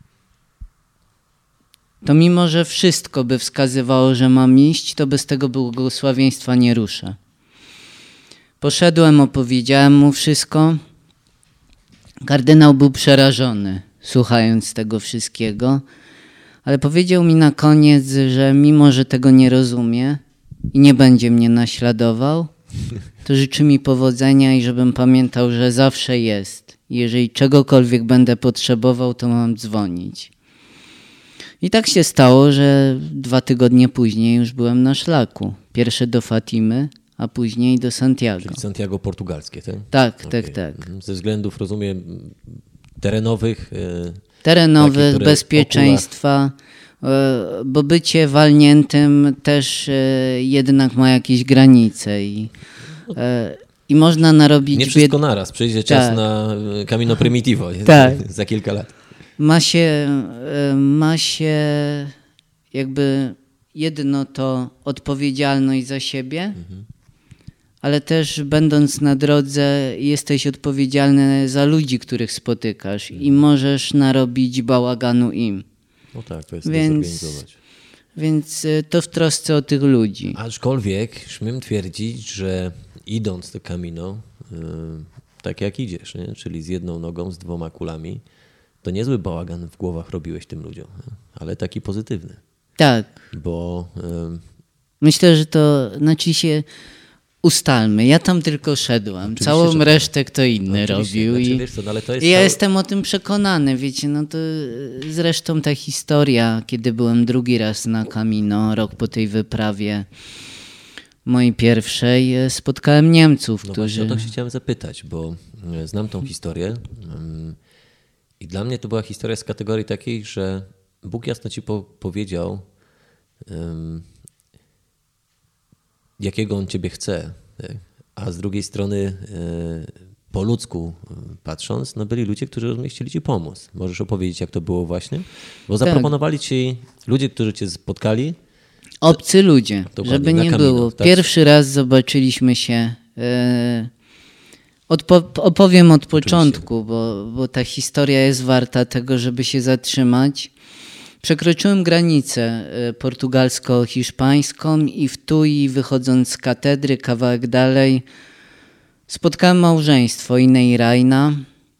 to mimo, że wszystko by wskazywało, że mam iść, to bez tego błogosławieństwa nie ruszę. Poszedłem, opowiedziałem mu wszystko. Kardynał był przerażony, słuchając tego wszystkiego, ale powiedział mi na koniec, że mimo, że tego nie rozumie i nie będzie mnie naśladował, to życzy mi powodzenia i żebym pamiętał, że zawsze jest. Jeżeli czegokolwiek będę potrzebował, to mam dzwonić. I tak się stało, że dwa tygodnie później już byłem na szlaku. Pierwsze do Fatimy, a później do Santiago. Czyli Santiago portugalskie, tak? Tak, okay. tak, tak. Ze względów, rozumiem, terenowych. Terenowych, takie, bezpieczeństwa, bo bycie walniętym też jednak ma jakieś granice i, i można narobić... Nie wszystko bied... naraz, przyjdzie czas tak. na Camino Primitivo tak. za kilka lat. Ma się, ma się jakby jedno to odpowiedzialność za siebie, mhm. ale też będąc na drodze jesteś odpowiedzialny za ludzi, których spotykasz i możesz narobić bałaganu im. No tak, to jest więc, zorganizować. Więc to w trosce o tych ludzi. Aczkolwiek śmiem twierdzić, że idąc to Camino, yy, tak jak idziesz, nie? Czyli z jedną nogą, z dwoma kulami, to niezły bałagan w głowach robiłeś tym ludziom, nie? Ale taki pozytywny. Tak. Bo... Yy, Myślę, że to znaczy się... Ustalmy, ja tam tylko szedłem, oczywiście, całą resztę kto inny no, robił znaczy, i, wiesz co, no, ale to jest i ja cały... jestem o tym przekonany, wiecie, no to zresztą ta historia, kiedy byłem drugi raz na Camino, rok po tej wyprawie mojej pierwszej, spotkałem Niemców, no którzy... No właśnie o to się chciałem zapytać, bo znam tą historię i dla mnie to była historia z kategorii takiej, że Bóg jasno ci po- powiedział... Um, jakiego on ciebie chce, tak? A z drugiej strony po ludzku patrząc, no byli ludzie, którzy chcieli ci pomóc. Możesz opowiedzieć, jak to było właśnie? Bo tak. Zaproponowali ci ludzie, którzy cię spotkali. Obcy ludzie, Dokładnie, żeby nie Camino, było. tak? Pierwszy raz zobaczyliśmy się, e, odpo- opowiem od początku, bo, bo ta historia jest warta tego, żeby się zatrzymać. Przekroczyłem granicę portugalsko-hiszpańską i w Tui, wychodząc z katedry, kawałek dalej, spotkałem małżeństwo Inę i Rajna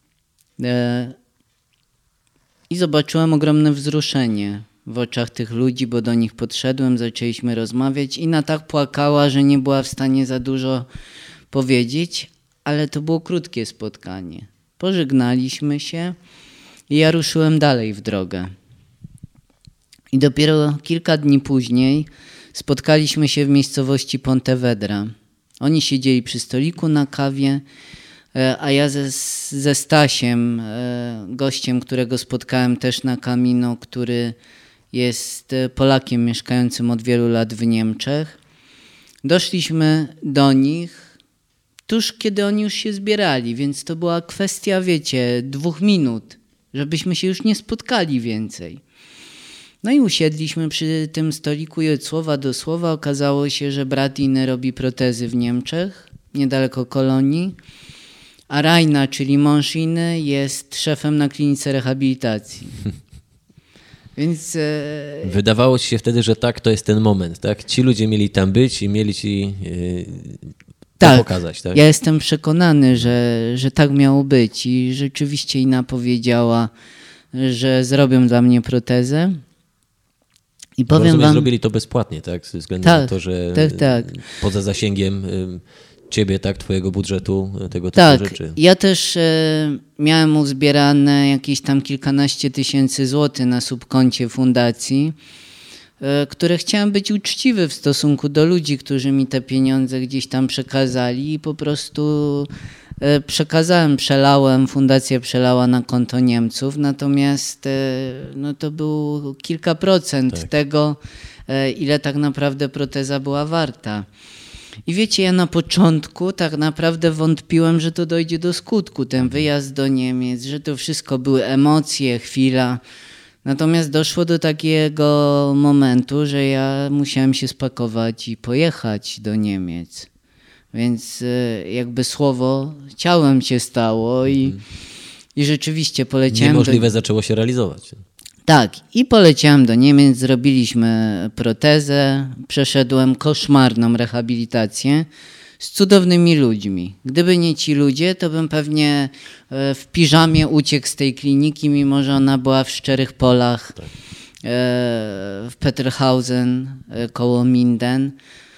i zobaczyłem ogromne wzruszenie w oczach tych ludzi, bo do nich podszedłem, zaczęliśmy rozmawiać. Ina tak płakała, że nie była w stanie za dużo powiedzieć, ale to było krótkie spotkanie. Pożegnaliśmy się i ja ruszyłem dalej w drogę. I dopiero kilka dni później spotkaliśmy się w miejscowości Pontevedra. Oni siedzieli przy stoliku na kawie, a ja ze, ze Stasiem, gościem, którego spotkałem też na Camino, który jest Polakiem mieszkającym od wielu lat w Niemczech. Doszliśmy do nich tuż kiedy oni już się zbierali, więc to była kwestia, wiecie, dwóch minut, żebyśmy się już nie spotkali więcej. No i usiedliśmy przy tym stoliku i od słowa do słowa okazało się, że brat Iny robi protezy w Niemczech, niedaleko Kolonii, a Raina, czyli mąż Iny, jest szefem na klinice rehabilitacji. Więc... E... Wydawało ci się wtedy, że tak, to jest ten moment, tak? Ci ludzie mieli tam być i mieli ci yy, tak, to pokazać, tak? Ja jestem przekonany, że, że tak miało być i rzeczywiście Ina powiedziała, że zrobią dla mnie protezę. I powiem Rozumiem, wam... zrobili to bezpłatnie, tak? Ze względu tak, na to, że tak, tak. poza zasięgiem ciebie, tak, twojego budżetu, tego typu tak, rzeczy. Tak, ja też e, miałem uzbierane jakieś tam kilkanaście tysięcy złotych na subkoncie fundacji, e, które chciałem być uczciwy w stosunku do ludzi, którzy mi te pieniądze gdzieś tam przekazali i po prostu e, przekazałem, przelałem, fundacja przelała na konto Niemców, natomiast e, no to było kilka procent tak. tego, e, ile tak naprawdę proteza była warta. I wiecie, ja na początku tak naprawdę wątpiłem, że to dojdzie do skutku, ten wyjazd do Niemiec, że to wszystko były emocje, chwila. Natomiast doszło do takiego momentu, że ja musiałem się spakować i pojechać do Niemiec. Więc jakby słowo ciałem się stało i, mhm. i rzeczywiście poleciałem... Niemożliwe do... zaczęło się realizować. Tak, i poleciałem do Niemiec, zrobiliśmy protezę, przeszedłem koszmarną rehabilitację z cudownymi ludźmi. Gdyby nie ci ludzie, to bym pewnie w piżamie uciekł z tej kliniki, mimo że ona była w Szczerych Polach, tak. w Peterhausen, koło Minden.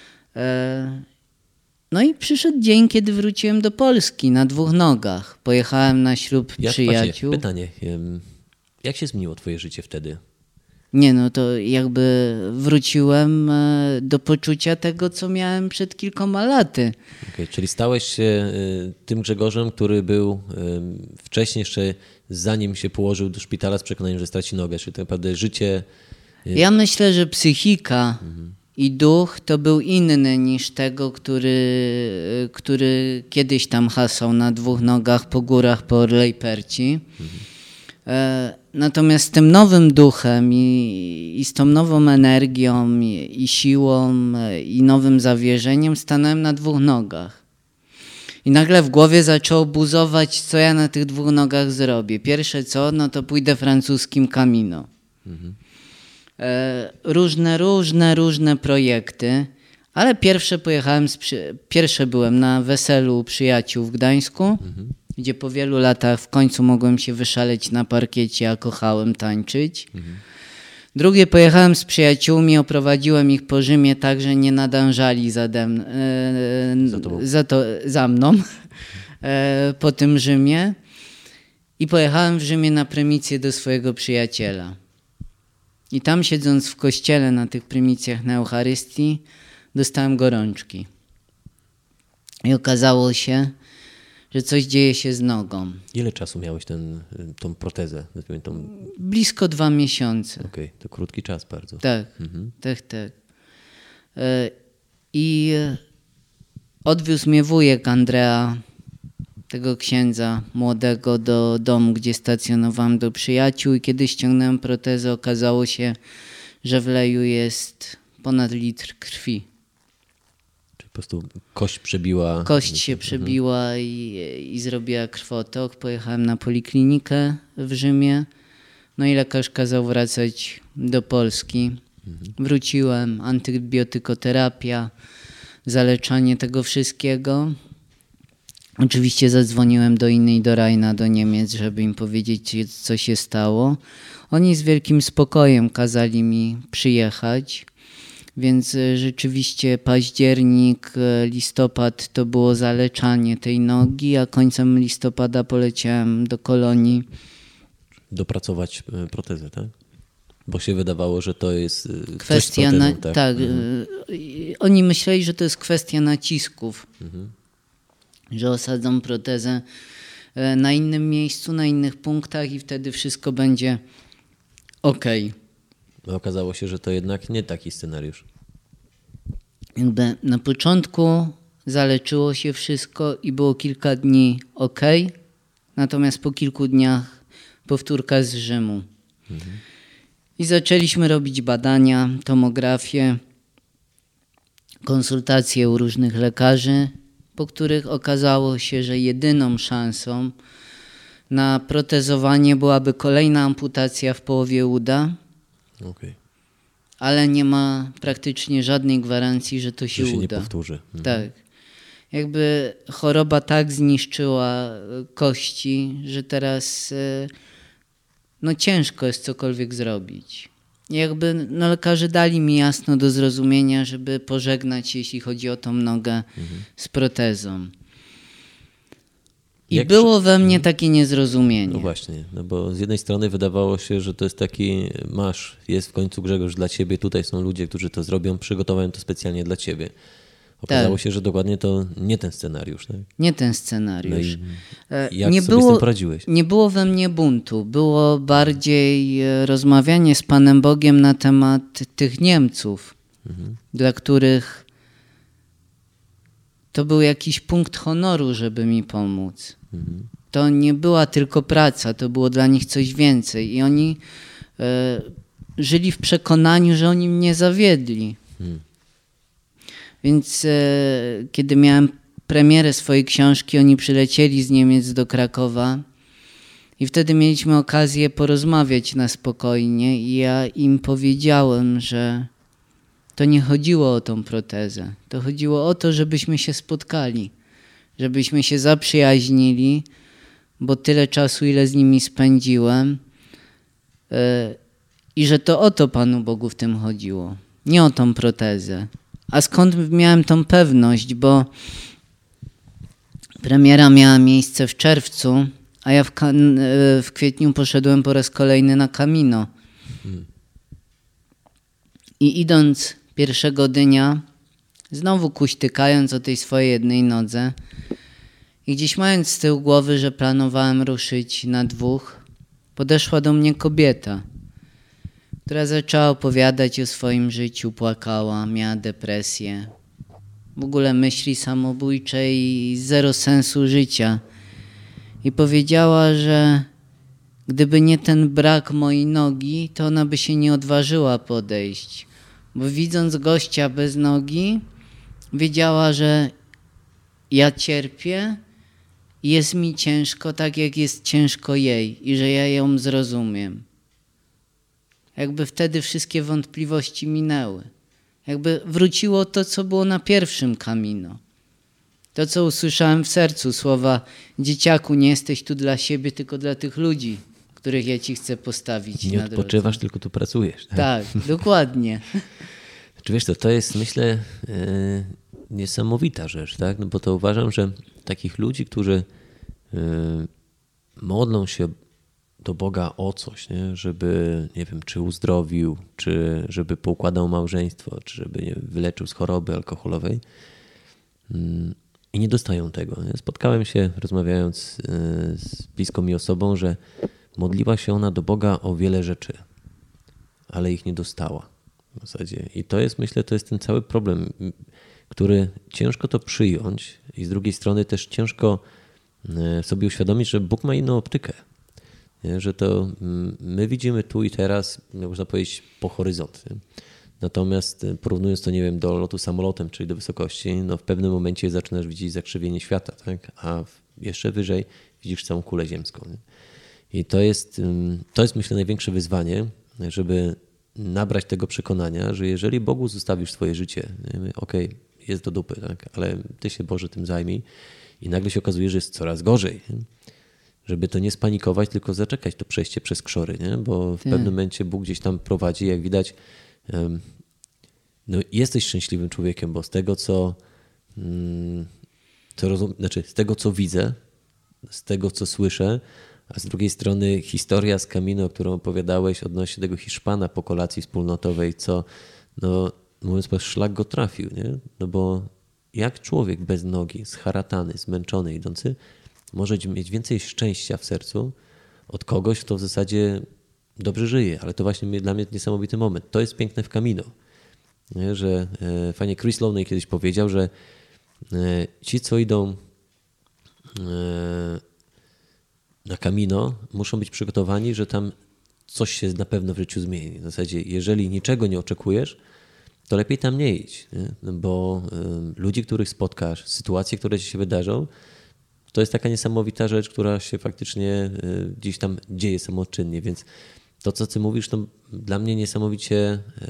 No i przyszedł dzień, kiedy wróciłem do Polski na dwóch nogach. Pojechałem na ślub ja, przyjaciół. Właśnie, pytanie... Jak się zmieniło twoje życie wtedy? Nie no, to jakby wróciłem do poczucia tego, co miałem przed kilkoma laty. Okay, czyli stałeś się tym Grzegorzem, który był wcześniej jeszcze, zanim się położył do szpitala z przekonaniem, że straci nogę. Czyli tak naprawdę życie... Ja myślę, że psychika mhm. i duch to był inny niż tego, który, który kiedyś tam hasał na dwóch nogach po górach po Orlej Perci. Mhm. Natomiast z tym nowym duchem i, i z tą nową energią i, i siłą i nowym zawierzeniem stanąłem na dwóch nogach. I nagle w głowie zaczęło buzować, co ja na tych dwóch nogach zrobię. Pierwsze co, no to pójdę francuskim Camino. Mhm. E, różne, różne, różne projekty, ale pierwsze pojechałem, z, pierwsze byłem na weselu przyjaciół w Gdańsku. Mhm. Gdzie po wielu latach w końcu mogłem się wyszaleć na parkiecie, a kochałem tańczyć. Mhm. Drugie pojechałem z przyjaciółmi, oprowadziłem ich po Rzymie tak, że nie nadążali za, dem, e, za, za, to, za mną e, po tym Rzymie. I pojechałem w Rzymie na prymicję do swojego przyjaciela. I tam siedząc w kościele na tych prymicjach na Eucharystii dostałem gorączki. I okazało się, że coś dzieje się z nogą. Ile czasu miałeś ten, tą protezę? Tą... Blisko dwa miesiące. Okej, okay, to krótki czas bardzo. Tak, mhm. tak, tak. I odwiózł mnie wujek Andrea, tego księdza młodego, do domu, gdzie stacjonowałem do przyjaciół i kiedy ściągnąłem protezę, okazało się, że w leju jest ponad litr krwi. Po prostu kość przebiła. Kość się przebiła i, i zrobiła krwotok. Pojechałem na poliklinikę w Rzymie. No i lekarz kazał wracać do Polski. Mhm. Wróciłem, antybiotykoterapia, zaleczanie tego wszystkiego. Oczywiście zadzwoniłem do innej, do Raina, do Niemiec, żeby im powiedzieć, co się stało. Oni z wielkim spokojem kazali mi przyjechać. Więc rzeczywiście październik, listopad to było zaleczanie tej nogi, a końcem listopada poleciałem do Kolonii. Dopracować protezę, tak? Bo się wydawało, że to jest kwestia protezą, na, tak? tak mhm. Oni myśleli, że to jest kwestia nacisków, mhm. że osadzą protezę na innym miejscu, na innych punktach i wtedy wszystko będzie okej. Okay. No, okazało się, że to jednak nie taki scenariusz. Jakby na początku zaleczyło się wszystko i było kilka dni ok, natomiast po kilku dniach powtórka z Rzymu. Mhm. I zaczęliśmy robić badania, tomografię, konsultacje u różnych lekarzy, po których okazało się, że jedyną szansą na protezowanie byłaby kolejna amputacja w połowie uda, okay. ale nie ma praktycznie żadnej gwarancji, że to się, że się uda. nie powtórzy. Mhm. Tak. Jakby choroba tak zniszczyła kości, że teraz no ciężko jest cokolwiek zrobić. Jakby no lekarze dali mi jasno do zrozumienia, żeby pożegnać, jeśli chodzi o tą nogę mhm. z protezą. I Jak było przy... we mnie takie niezrozumienie. No właśnie, no bo z jednej strony wydawało się, że to jest taki masz, jest w końcu Grzegorz dla ciebie, tutaj są ludzie, którzy to zrobią, przygotowałem to specjalnie dla ciebie. Okazało tak. się, że dokładnie to nie ten scenariusz. Tak? Nie ten scenariusz. No jak nie sobie było, z tym poradziłeś? Nie było we mnie buntu. Było bardziej rozmawianie z Panem Bogiem na temat tych Niemców, mhm. dla których to był jakiś punkt honoru, żeby mi pomóc. Mhm. To nie była tylko praca, to było dla nich coś więcej. I oni e, żyli w przekonaniu, że oni mnie zawiedli. Mhm. Więc e, kiedy miałem premierę swojej książki, oni przylecieli z Niemiec do Krakowa i wtedy mieliśmy okazję porozmawiać na spokojnie i ja im powiedziałem, że to nie chodziło o tą protezę. To chodziło o to, żebyśmy się spotkali, żebyśmy się zaprzyjaźnili, bo tyle czasu, ile z nimi spędziłem yy, i że to o to Panu Bogu w tym chodziło, nie o tą protezę. A skąd miałem tą pewność, bo premiera miała miejsce w czerwcu, a ja w, w kwietniu poszedłem po raz kolejny na Camino. Hmm. I idąc pierwszego dnia, znowu kuśtykając o tej swojej jednej nodze i gdzieś mając z tyłu głowy, że planowałem ruszyć na dwóch, podeszła do mnie kobieta, która zaczęła opowiadać o swoim życiu, płakała, miała depresję, w ogóle myśli samobójcze i zero sensu życia. I powiedziała, że gdyby nie ten brak mojej nogi, to ona by się nie odważyła podejść. Bo widząc gościa bez nogi, wiedziała, że ja cierpię, jest mi ciężko tak, jak jest ciężko jej i że ja ją zrozumiem. Jakby wtedy wszystkie wątpliwości minęły. Jakby wróciło to, co było na pierwszym Camino. To, co usłyszałem w sercu, słowa: dzieciaku, nie jesteś tu dla siebie, tylko dla tych ludzi, których ja ci chcę postawić nie na drodze. Nie odpoczywasz, tylko tu pracujesz. Tak, tak dokładnie. Czy wiesz co, to jest, myślę, yy, niesamowita rzecz, tak? No bo to uważam, że takich ludzi, którzy yy, modlą się do Boga o coś, nie? Żeby, nie wiem, czy uzdrowił, czy żeby poukładał małżeństwo, czy żeby nie, wyleczył z choroby alkoholowej yy, i nie dostają tego. Nie? Spotkałem się, rozmawiając yy, z bliską mi osobą, że modliła się ona do Boga o wiele rzeczy, ale ich nie dostała w zasadzie. I to jest, myślę, to jest ten cały problem, który ciężko to przyjąć i z drugiej strony też ciężko sobie uświadomić, że Bóg ma inną optykę. Nie? Że to my widzimy tu i teraz, można powiedzieć, po horyzont. Nie? Natomiast porównując to, nie wiem, do lotu samolotem, czyli do wysokości, no w pewnym momencie zaczynasz widzieć zakrzywienie świata, tak? A jeszcze wyżej widzisz całą kulę ziemską. Nie? I to jest, to jest, myślę, największe wyzwanie, żeby nabrać tego przekonania, że jeżeli Bogu zostawisz swoje życie, okej, okay, jest do dupy, tak? Ale Ty się, Boże, tym zajmij i nagle się okazuje, że jest coraz gorzej. Nie? Żeby to nie spanikować, tylko zaczekać to przejście przez krzory, nie? Bo w tak. pewnym momencie Bóg gdzieś tam prowadzi, jak widać, no jesteś szczęśliwym człowiekiem, bo z tego, co, co rozum, znaczy z tego, co widzę, z tego, co słyszę, a z drugiej strony historia z Camino, którą opowiadałeś odnośnie tego Hiszpana po kolacji wspólnotowej, co, no mówiąc po szlak go trafił, nie? No bo jak człowiek bez nogi, zharatany, zmęczony, idący, może mieć więcej szczęścia w sercu od kogoś, kto w zasadzie dobrze żyje. Ale to właśnie dla mnie niesamowity moment. To jest piękne w Camino. Nie? Że e, fajnie Chris Lowney kiedyś powiedział, że ci, co idą na Camino, muszą być przygotowani, że tam coś się na pewno w życiu zmieni. W zasadzie, jeżeli niczego nie oczekujesz, to lepiej tam nie idź, nie? No bo y, ludzi, których spotkasz, sytuacje, które ci się wydarzą, to jest taka niesamowita rzecz, która się faktycznie y, gdzieś tam dzieje samoczynnie, więc to, co ty mówisz, to dla mnie niesamowicie y,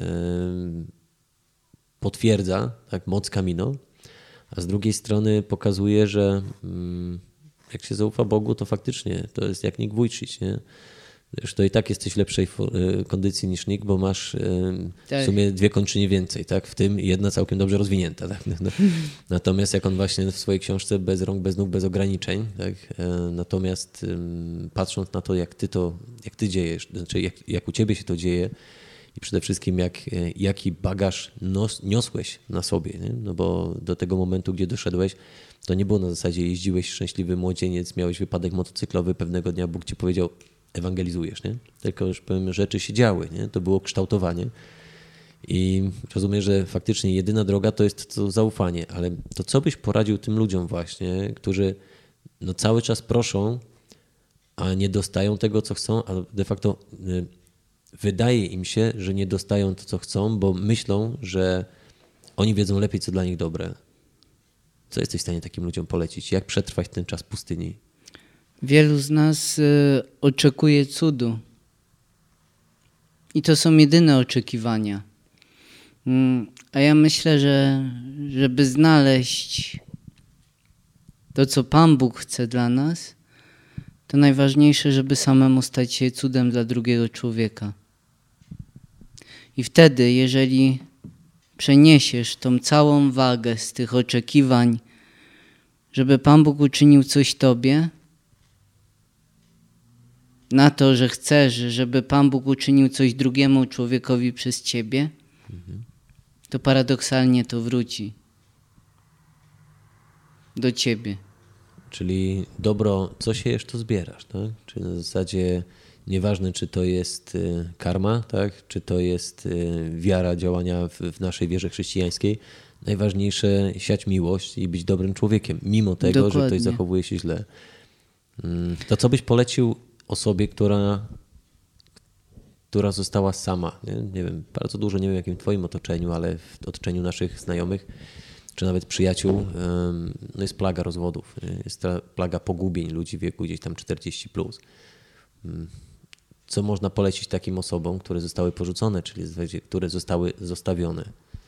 potwierdza tak, moc Camino, a z drugiej strony pokazuje, że y, jak się zaufa Bogu, to faktycznie to jest jak Nick Vujicic, nie? Wiesz, to i tak jesteś w lepszej kondycji niż Nick, bo masz tak. w sumie dwie kończyny więcej, tak? W tym jedna całkiem dobrze rozwinięta. Tak? No, natomiast jak on właśnie w swojej książce Bez rąk, bez nóg, bez ograniczeń, tak? Natomiast patrząc na to, jak ty to, jak ty dziejesz, znaczy jak, jak u ciebie się to dzieje i przede wszystkim jak, jaki bagaż nos, niosłeś na sobie, nie? No bo do tego momentu, gdzie doszedłeś, to nie było na zasadzie jeździłeś szczęśliwy młodzieniec, miałeś wypadek motocyklowy, pewnego dnia Bóg ci powiedział, ewangelizujesz, nie? Tylko już pewne rzeczy się działy, nie? To było kształtowanie i rozumiem, że faktycznie jedyna droga to jest to zaufanie, ale to co byś poradził tym ludziom właśnie, którzy no cały czas proszą, a nie dostają tego, co chcą, a de facto wydaje im się, że nie dostają to, co chcą, bo myślą, że oni wiedzą lepiej, co dla nich dobre. Co jesteś w stanie takim ludziom polecić? Jak przetrwać ten czas pustyni? Wielu z nas y, oczekuje cudu. I to są jedyne oczekiwania. Mm, a ja myślę, że żeby znaleźć to, co Pan Bóg chce dla nas, to najważniejsze, żeby samemu stać się cudem dla drugiego człowieka. I wtedy, jeżeli przeniesiesz tą całą wagę z tych oczekiwań, żeby Pan Bóg uczynił coś tobie, na to, że chcesz, żeby Pan Bóg uczynił coś drugiemu człowiekowi przez ciebie, mhm. to paradoksalnie to wróci do ciebie. Czyli dobro, co siejesz, to zbierasz, tak? Czyli na zasadzie nieważne, czy to jest karma, tak? Czy to jest wiara, działania w, w naszej wierze chrześcijańskiej. Najważniejsze siać miłość i być dobrym człowiekiem, mimo tego, Dokładnie. że ktoś zachowuje się źle. To co byś polecił osobie, która, która została sama? Nie? nie wiem, bardzo dużo, nie wiem w jakim twoim otoczeniu, ale w otoczeniu naszych znajomych, czy nawet przyjaciół, no jest plaga rozwodów, jest plaga pogubień ludzi w wieku gdzieś tam czterdzieści plus. Co można polecić takim osobom, które zostały porzucone, czyli które zostały zostawione?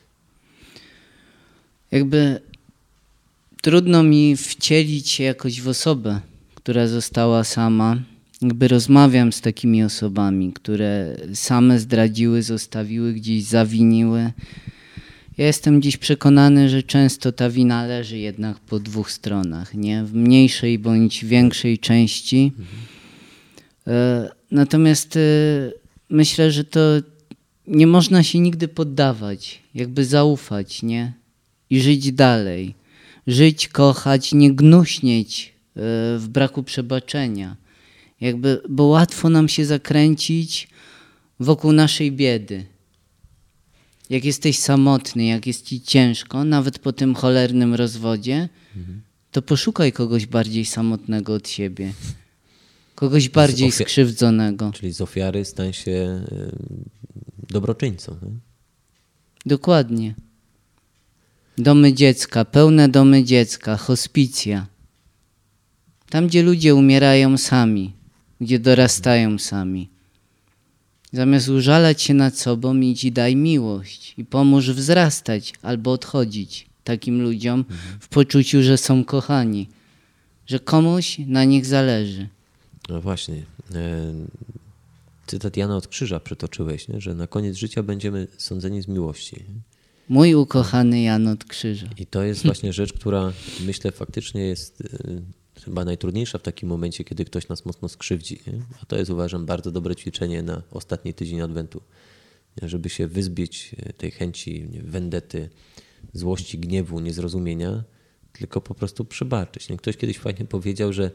Jakby trudno mi wcielić się jakoś w osobę, która została sama. Jakby rozmawiam z takimi osobami, które same zdradziły, zostawiły, gdzieś zawiniły. Ja jestem dziś przekonany, że często ta wina leży jednak po dwóch stronach, nie? W mniejszej bądź większej części. Mhm. Natomiast myślę, że to nie można się nigdy poddawać, jakby zaufać, nie? I żyć dalej. Żyć, kochać, nie gnuśnieć w braku przebaczenia. Jakby, bo łatwo nam się zakręcić wokół naszej biedy. Jak jesteś samotny, jak jest ci ciężko, nawet po tym cholernym rozwodzie, mhm. to poszukaj kogoś bardziej samotnego od siebie. Kogoś bardziej ofi- skrzywdzonego. Czyli z ofiary stań się y, dobroczyńcą. Nie? Dokładnie. Domy dziecka, pełne domy dziecka, hospicja. Tam, gdzie ludzie umierają sami, gdzie dorastają sami. Zamiast użalać się nad sobą, idź i daj miłość i pomóż wzrastać albo odchodzić takim ludziom mhm. w poczuciu, że są kochani, że komuś na nich zależy. No właśnie. Cytat Jana od Krzyża przytoczyłeś, nie? Że na koniec życia będziemy sądzeni z miłości. Mój ukochany Jan od Krzyża. I to jest właśnie rzecz, która myślę faktycznie jest chyba najtrudniejsza w takim momencie, kiedy ktoś nas mocno skrzywdzi. Nie? A to jest, uważam, bardzo dobre ćwiczenie na ostatni tydzień Adwentu. Żeby się wyzbyć tej chęci, wendety, złości, gniewu, niezrozumienia, tylko po prostu przebaczyć. Nie? Ktoś kiedyś fajnie powiedział, że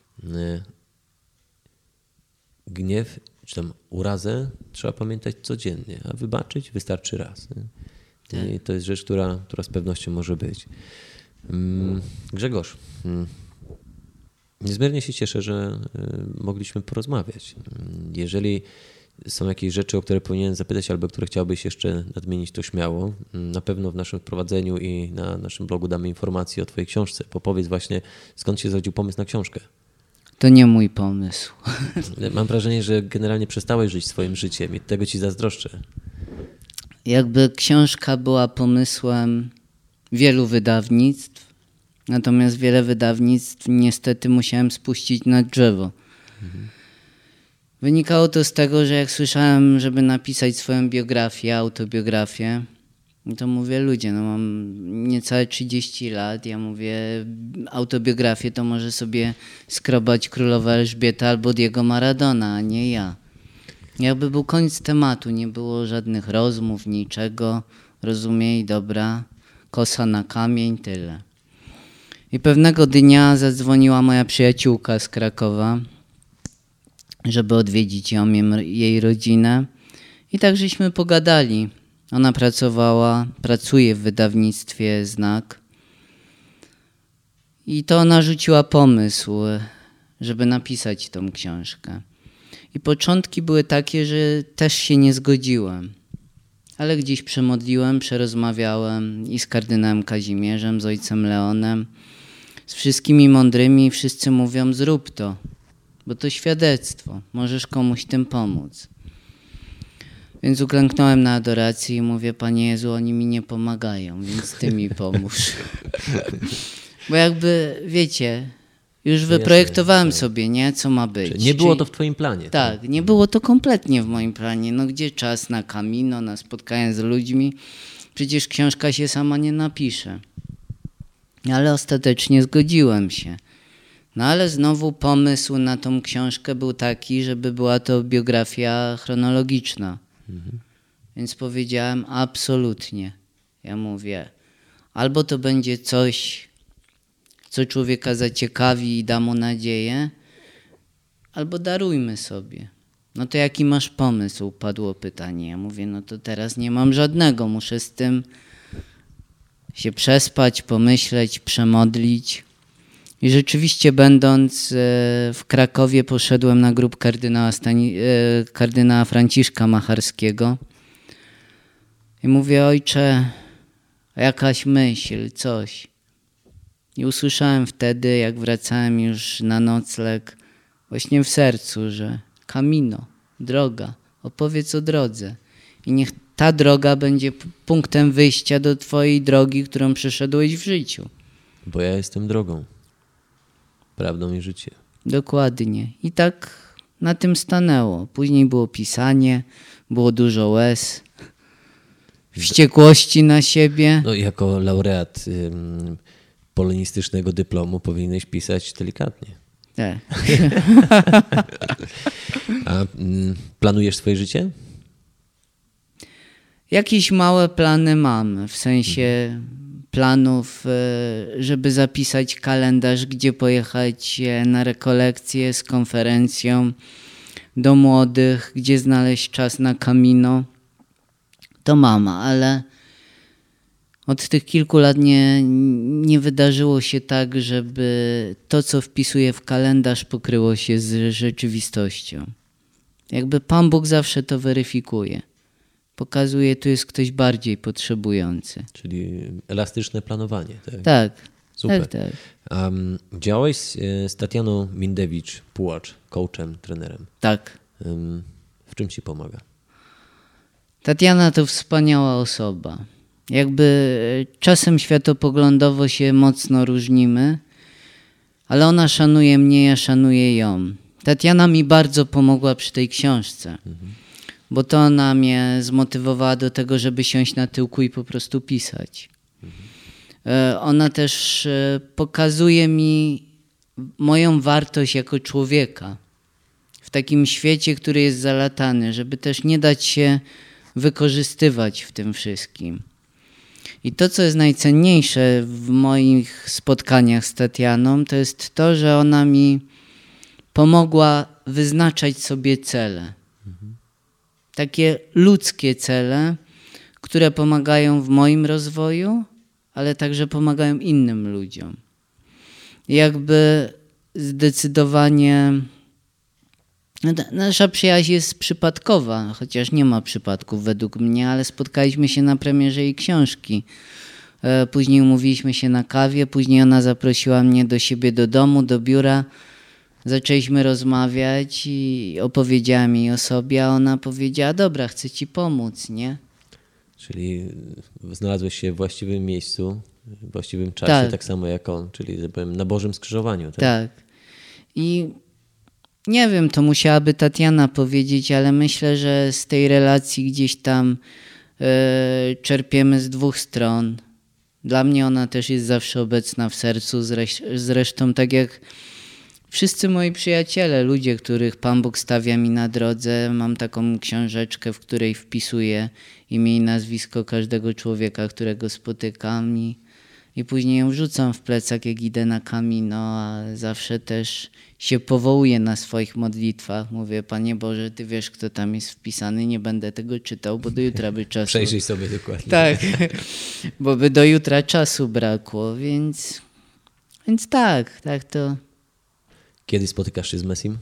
gniew, czy tam urazę trzeba pamiętać codziennie, a wybaczyć wystarczy raz. Nie? I to jest rzecz, która, która z pewnością może być. Grzegorz, niezmiernie się cieszę, że mogliśmy porozmawiać. Jeżeli są jakieś rzeczy, o które powinienem zapytać albo które chciałbyś jeszcze nadmienić, to śmiało. Na pewno w naszym wprowadzeniu i na naszym blogu damy informacje o twojej książce. Powiedz właśnie, skąd się zrodził pomysł na książkę? To nie mój pomysł. Mam wrażenie, że generalnie przestałeś żyć swoim życiem i tego ci zazdroszczę. Jakby książka była pomysłem wielu wydawnictw, natomiast wiele wydawnictw niestety musiałem spuścić na drzewo. Mhm. Wynikało to z tego, że jak słyszałem, żeby napisać swoją biografię, autobiografię, to mówię, ludzie, no mam niecałe trzydzieści lat, ja mówię, autobiografię to może sobie skrobać królowa Elżbieta albo Diego Maradona, a nie ja. Jakby był koniec tematu, nie było żadnych rozmów, niczego, rozumiej, dobra, kosa na kamień, tyle. I pewnego dnia zadzwoniła moja przyjaciółka z Krakowa, żeby odwiedzić ją, jej rodzinę. I tak żeśmy pogadali. Ona pracowała, pracuje w wydawnictwie Znak. I to ona rzuciła pomysł, żeby napisać tą książkę. I początki były takie, że też się nie zgodziłem. Ale gdzieś przemodliłem, przerozmawiałem i z kardynałem Kazimierzem, z ojcem Leonem, z wszystkimi mądrymi. Wszyscy mówią, zrób to. Bo to świadectwo, możesz komuś tym pomóc. Więc uklęknąłem na adoracji i mówię, Panie Jezu, oni mi nie pomagają, więc Ty mi pomóż. Bo jakby, wiecie, już wyprojektowałem sobie, nie, co ma być. Czyli nie było to w Twoim planie. Tak, tak, nie było to kompletnie w moim planie. No gdzie czas na Camino, na spotkania z ludźmi? Przecież książka się sama nie napisze. Ale ostatecznie zgodziłem się. No ale znowu pomysł na tą książkę był taki, żeby była to biografia chronologiczna. Mhm. Więc powiedziałem absolutnie. Ja mówię, albo to będzie coś, co człowieka zaciekawi i da mu nadzieję, albo darujmy sobie. No to jaki masz pomysł? Padło pytanie. Ja mówię, no to teraz nie mam żadnego. Muszę z tym się przespać, pomyśleć, przemodlić. I rzeczywiście będąc w Krakowie poszedłem na grób kardynała, Stani- kardynała Franciszka Macharskiego i mówię, ojcze, jakaś myśl, coś. I usłyszałem wtedy, jak wracałem już na nocleg, właśnie w sercu, że Camino, droga, opowiedz o drodze. I niech ta droga będzie punktem wyjścia do twojej drogi, którą przeszedłeś w życiu. Bo ja jestem drogą. Prawdą i życie. Dokładnie. I tak na tym stanęło. Później było pisanie, było dużo łez, wściekłości na siebie. No jako laureat ym, polonistycznego dyplomu powinieneś pisać delikatnie. Tak. A ym, planujesz swoje życie? Jakieś małe plany mam, w sensie planów, żeby zapisać kalendarz, gdzie pojechać na rekolekcje z konferencją do młodych, gdzie znaleźć czas na Camino. To mam, ale od tych kilku lat nie, nie wydarzyło się tak, żeby to, co wpisuję w kalendarz, pokryło się z rzeczywistością. Jakby Pan Bóg zawsze to weryfikuje. Pokazuje, tu jest ktoś bardziej potrzebujący. Czyli elastyczne planowanie. Tak, tak. Super. Tak, tak. Um, działałeś z, z Tatianą Mindewicz-Pułacz, coachem, trenerem. Tak. Um, w czym ci pomaga? Tatiana to wspaniała osoba. Jakby czasem światopoglądowo się mocno różnimy, ale ona szanuje mnie, ja szanuję ją. Tatiana mi bardzo pomogła przy tej książce. Mhm. Bo to ona mnie zmotywowała do tego, żeby siąść na tyłku i po prostu pisać. Mhm. Ona też pokazuje mi moją wartość jako człowieka w takim świecie, który jest zalatany, żeby też nie dać się wykorzystywać w tym wszystkim. I to, co jest najcenniejsze w moich spotkaniach z Tatianą, to jest to, że ona mi pomogła wyznaczać sobie cele. Takie ludzkie cele, które pomagają w moim rozwoju, ale także pomagają innym ludziom. Jakby zdecydowanie nasza przyjaźń jest przypadkowa, chociaż nie ma przypadków według mnie, ale spotkaliśmy się na premierze jej książki. Później umówiliśmy się na kawie, później ona zaprosiła mnie do siebie do domu, do biura. Zaczęliśmy rozmawiać i opowiedziałem jej o sobie, a ona powiedziała, dobra, chcę ci pomóc, nie? Czyli znalazłeś się w właściwym miejscu, w właściwym czasie, tak, tak samo jak on, czyli że powiem, na Bożym skrzyżowaniu. Tak? Tak. I nie wiem, to musiałaby Tatiana powiedzieć, ale myślę, że z tej relacji gdzieś tam yy, czerpiemy z dwóch stron. Dla mnie ona też jest zawsze obecna w sercu, zresztą tak jak wszyscy moi przyjaciele, ludzie, których Pan Bóg stawia mi na drodze. Mam taką książeczkę, w której wpisuję imię i nazwisko każdego człowieka, którego spotykam i, i później ją wrzucam w plecak, jak idę na Camino, a zawsze też się powołuję na swoich modlitwach. Mówię, Panie Boże, Ty wiesz, kto tam jest wpisany, nie będę tego czytał, bo do jutra by czasu... Przejrzyj sobie dokładnie. Tak, bo by do jutra czasu brakło, więc, więc tak, tak to... Kiedy spotykasz się z Messim?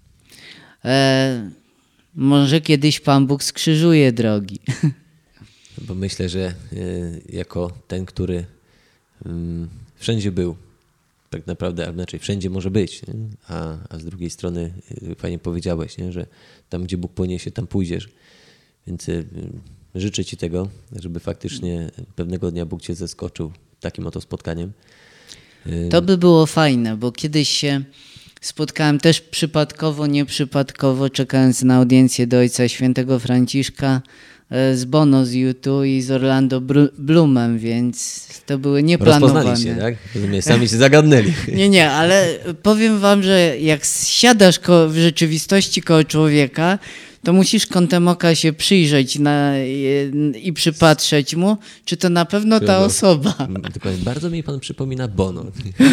E, może kiedyś Pan Bóg skrzyżuje drogi. Bo myślę, że y, jako ten, który y, wszędzie był, tak naprawdę, albo inaczej, wszędzie może być, nie? A, a z drugiej strony y, fajnie powiedziałeś, nie? Że tam, gdzie Bóg poniesie, tam pójdziesz. Więc y, życzę Ci tego, żeby faktycznie pewnego dnia Bóg Cię zaskoczył takim oto spotkaniem. Y, to by było fajne, bo kiedyś się spotkałem też przypadkowo, nieprzypadkowo, czekając na audiencję do Ojca Świętego Franciszka z Bono z U two i z Orlando Bloomem, więc to były nieplanowane. Rozpoznali się, tak? Rozumiem, sami się zagadnęli. Nie, nie, ale powiem wam, że jak siadasz ko- w rzeczywistości koło człowieka, to musisz kątem oka się przyjrzeć na, i przypatrzeć mu, czy to na pewno ta osoba. Dokładnie. Bardzo mi Pan przypomina Bono.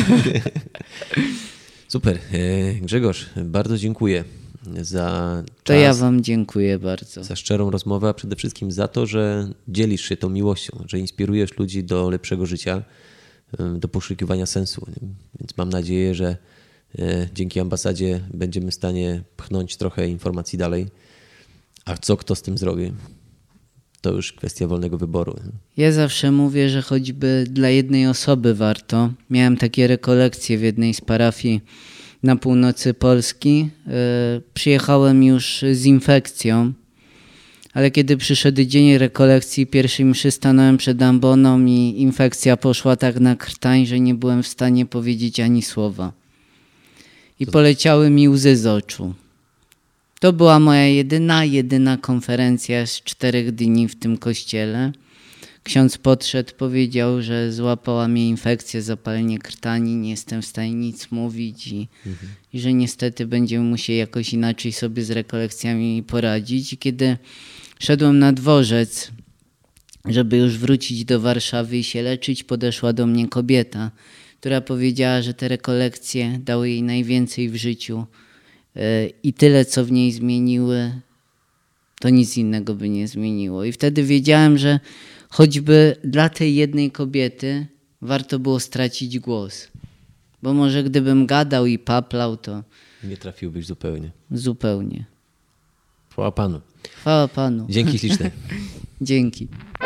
Super. Grzegorz, bardzo dziękuję za czas. To ja wam dziękuję bardzo. Za szczerą rozmowę, a przede wszystkim za to, że dzielisz się tą miłością, że inspirujesz ludzi do lepszego życia, do poszukiwania sensu. Więc mam nadzieję, że dzięki ambasadzie będziemy w stanie pchnąć trochę informacji dalej. A co kto z tym zrobi? To już kwestia wolnego wyboru. Ja zawsze mówię, że choćby dla jednej osoby warto. Miałem takie rekolekcje w jednej z parafii na północy Polski. Przyjechałem już z infekcją, ale kiedy przyszedł dzień rekolekcji, pierwszej mszy stanąłem przed amboną i infekcja poszła tak na krtań, że nie byłem w stanie powiedzieć ani słowa. I poleciały mi łzy z oczu. To była moja jedyna, jedyna konferencja z czterech dni w tym kościele. Ksiądz podszedł, powiedział, że złapała mnie infekcja, zapalenie krtani, nie jestem w stanie nic mówić i, mhm. i że niestety będziemy musieli jakoś inaczej sobie z rekolekcjami poradzić. I kiedy szedłem na dworzec, żeby już wrócić do Warszawy i się leczyć, podeszła do mnie kobieta, która powiedziała, że te rekolekcje dały jej najwięcej w życiu i tyle, co w niej zmieniły, to nic innego by nie zmieniło. I wtedy wiedziałem, że choćby dla tej jednej kobiety warto było stracić głos. Bo może gdybym gadał i paplał, to... Nie trafiłbyś zupełnie. Zupełnie. Chwała Panu. Chwała Panu. Dzięki śliczne. Dzięki.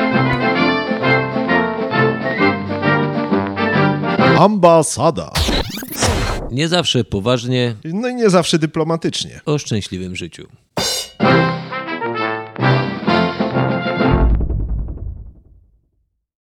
Ambasada. Nie zawsze poważnie. No i nie zawsze dyplomatycznie. O szczęśliwym życiu.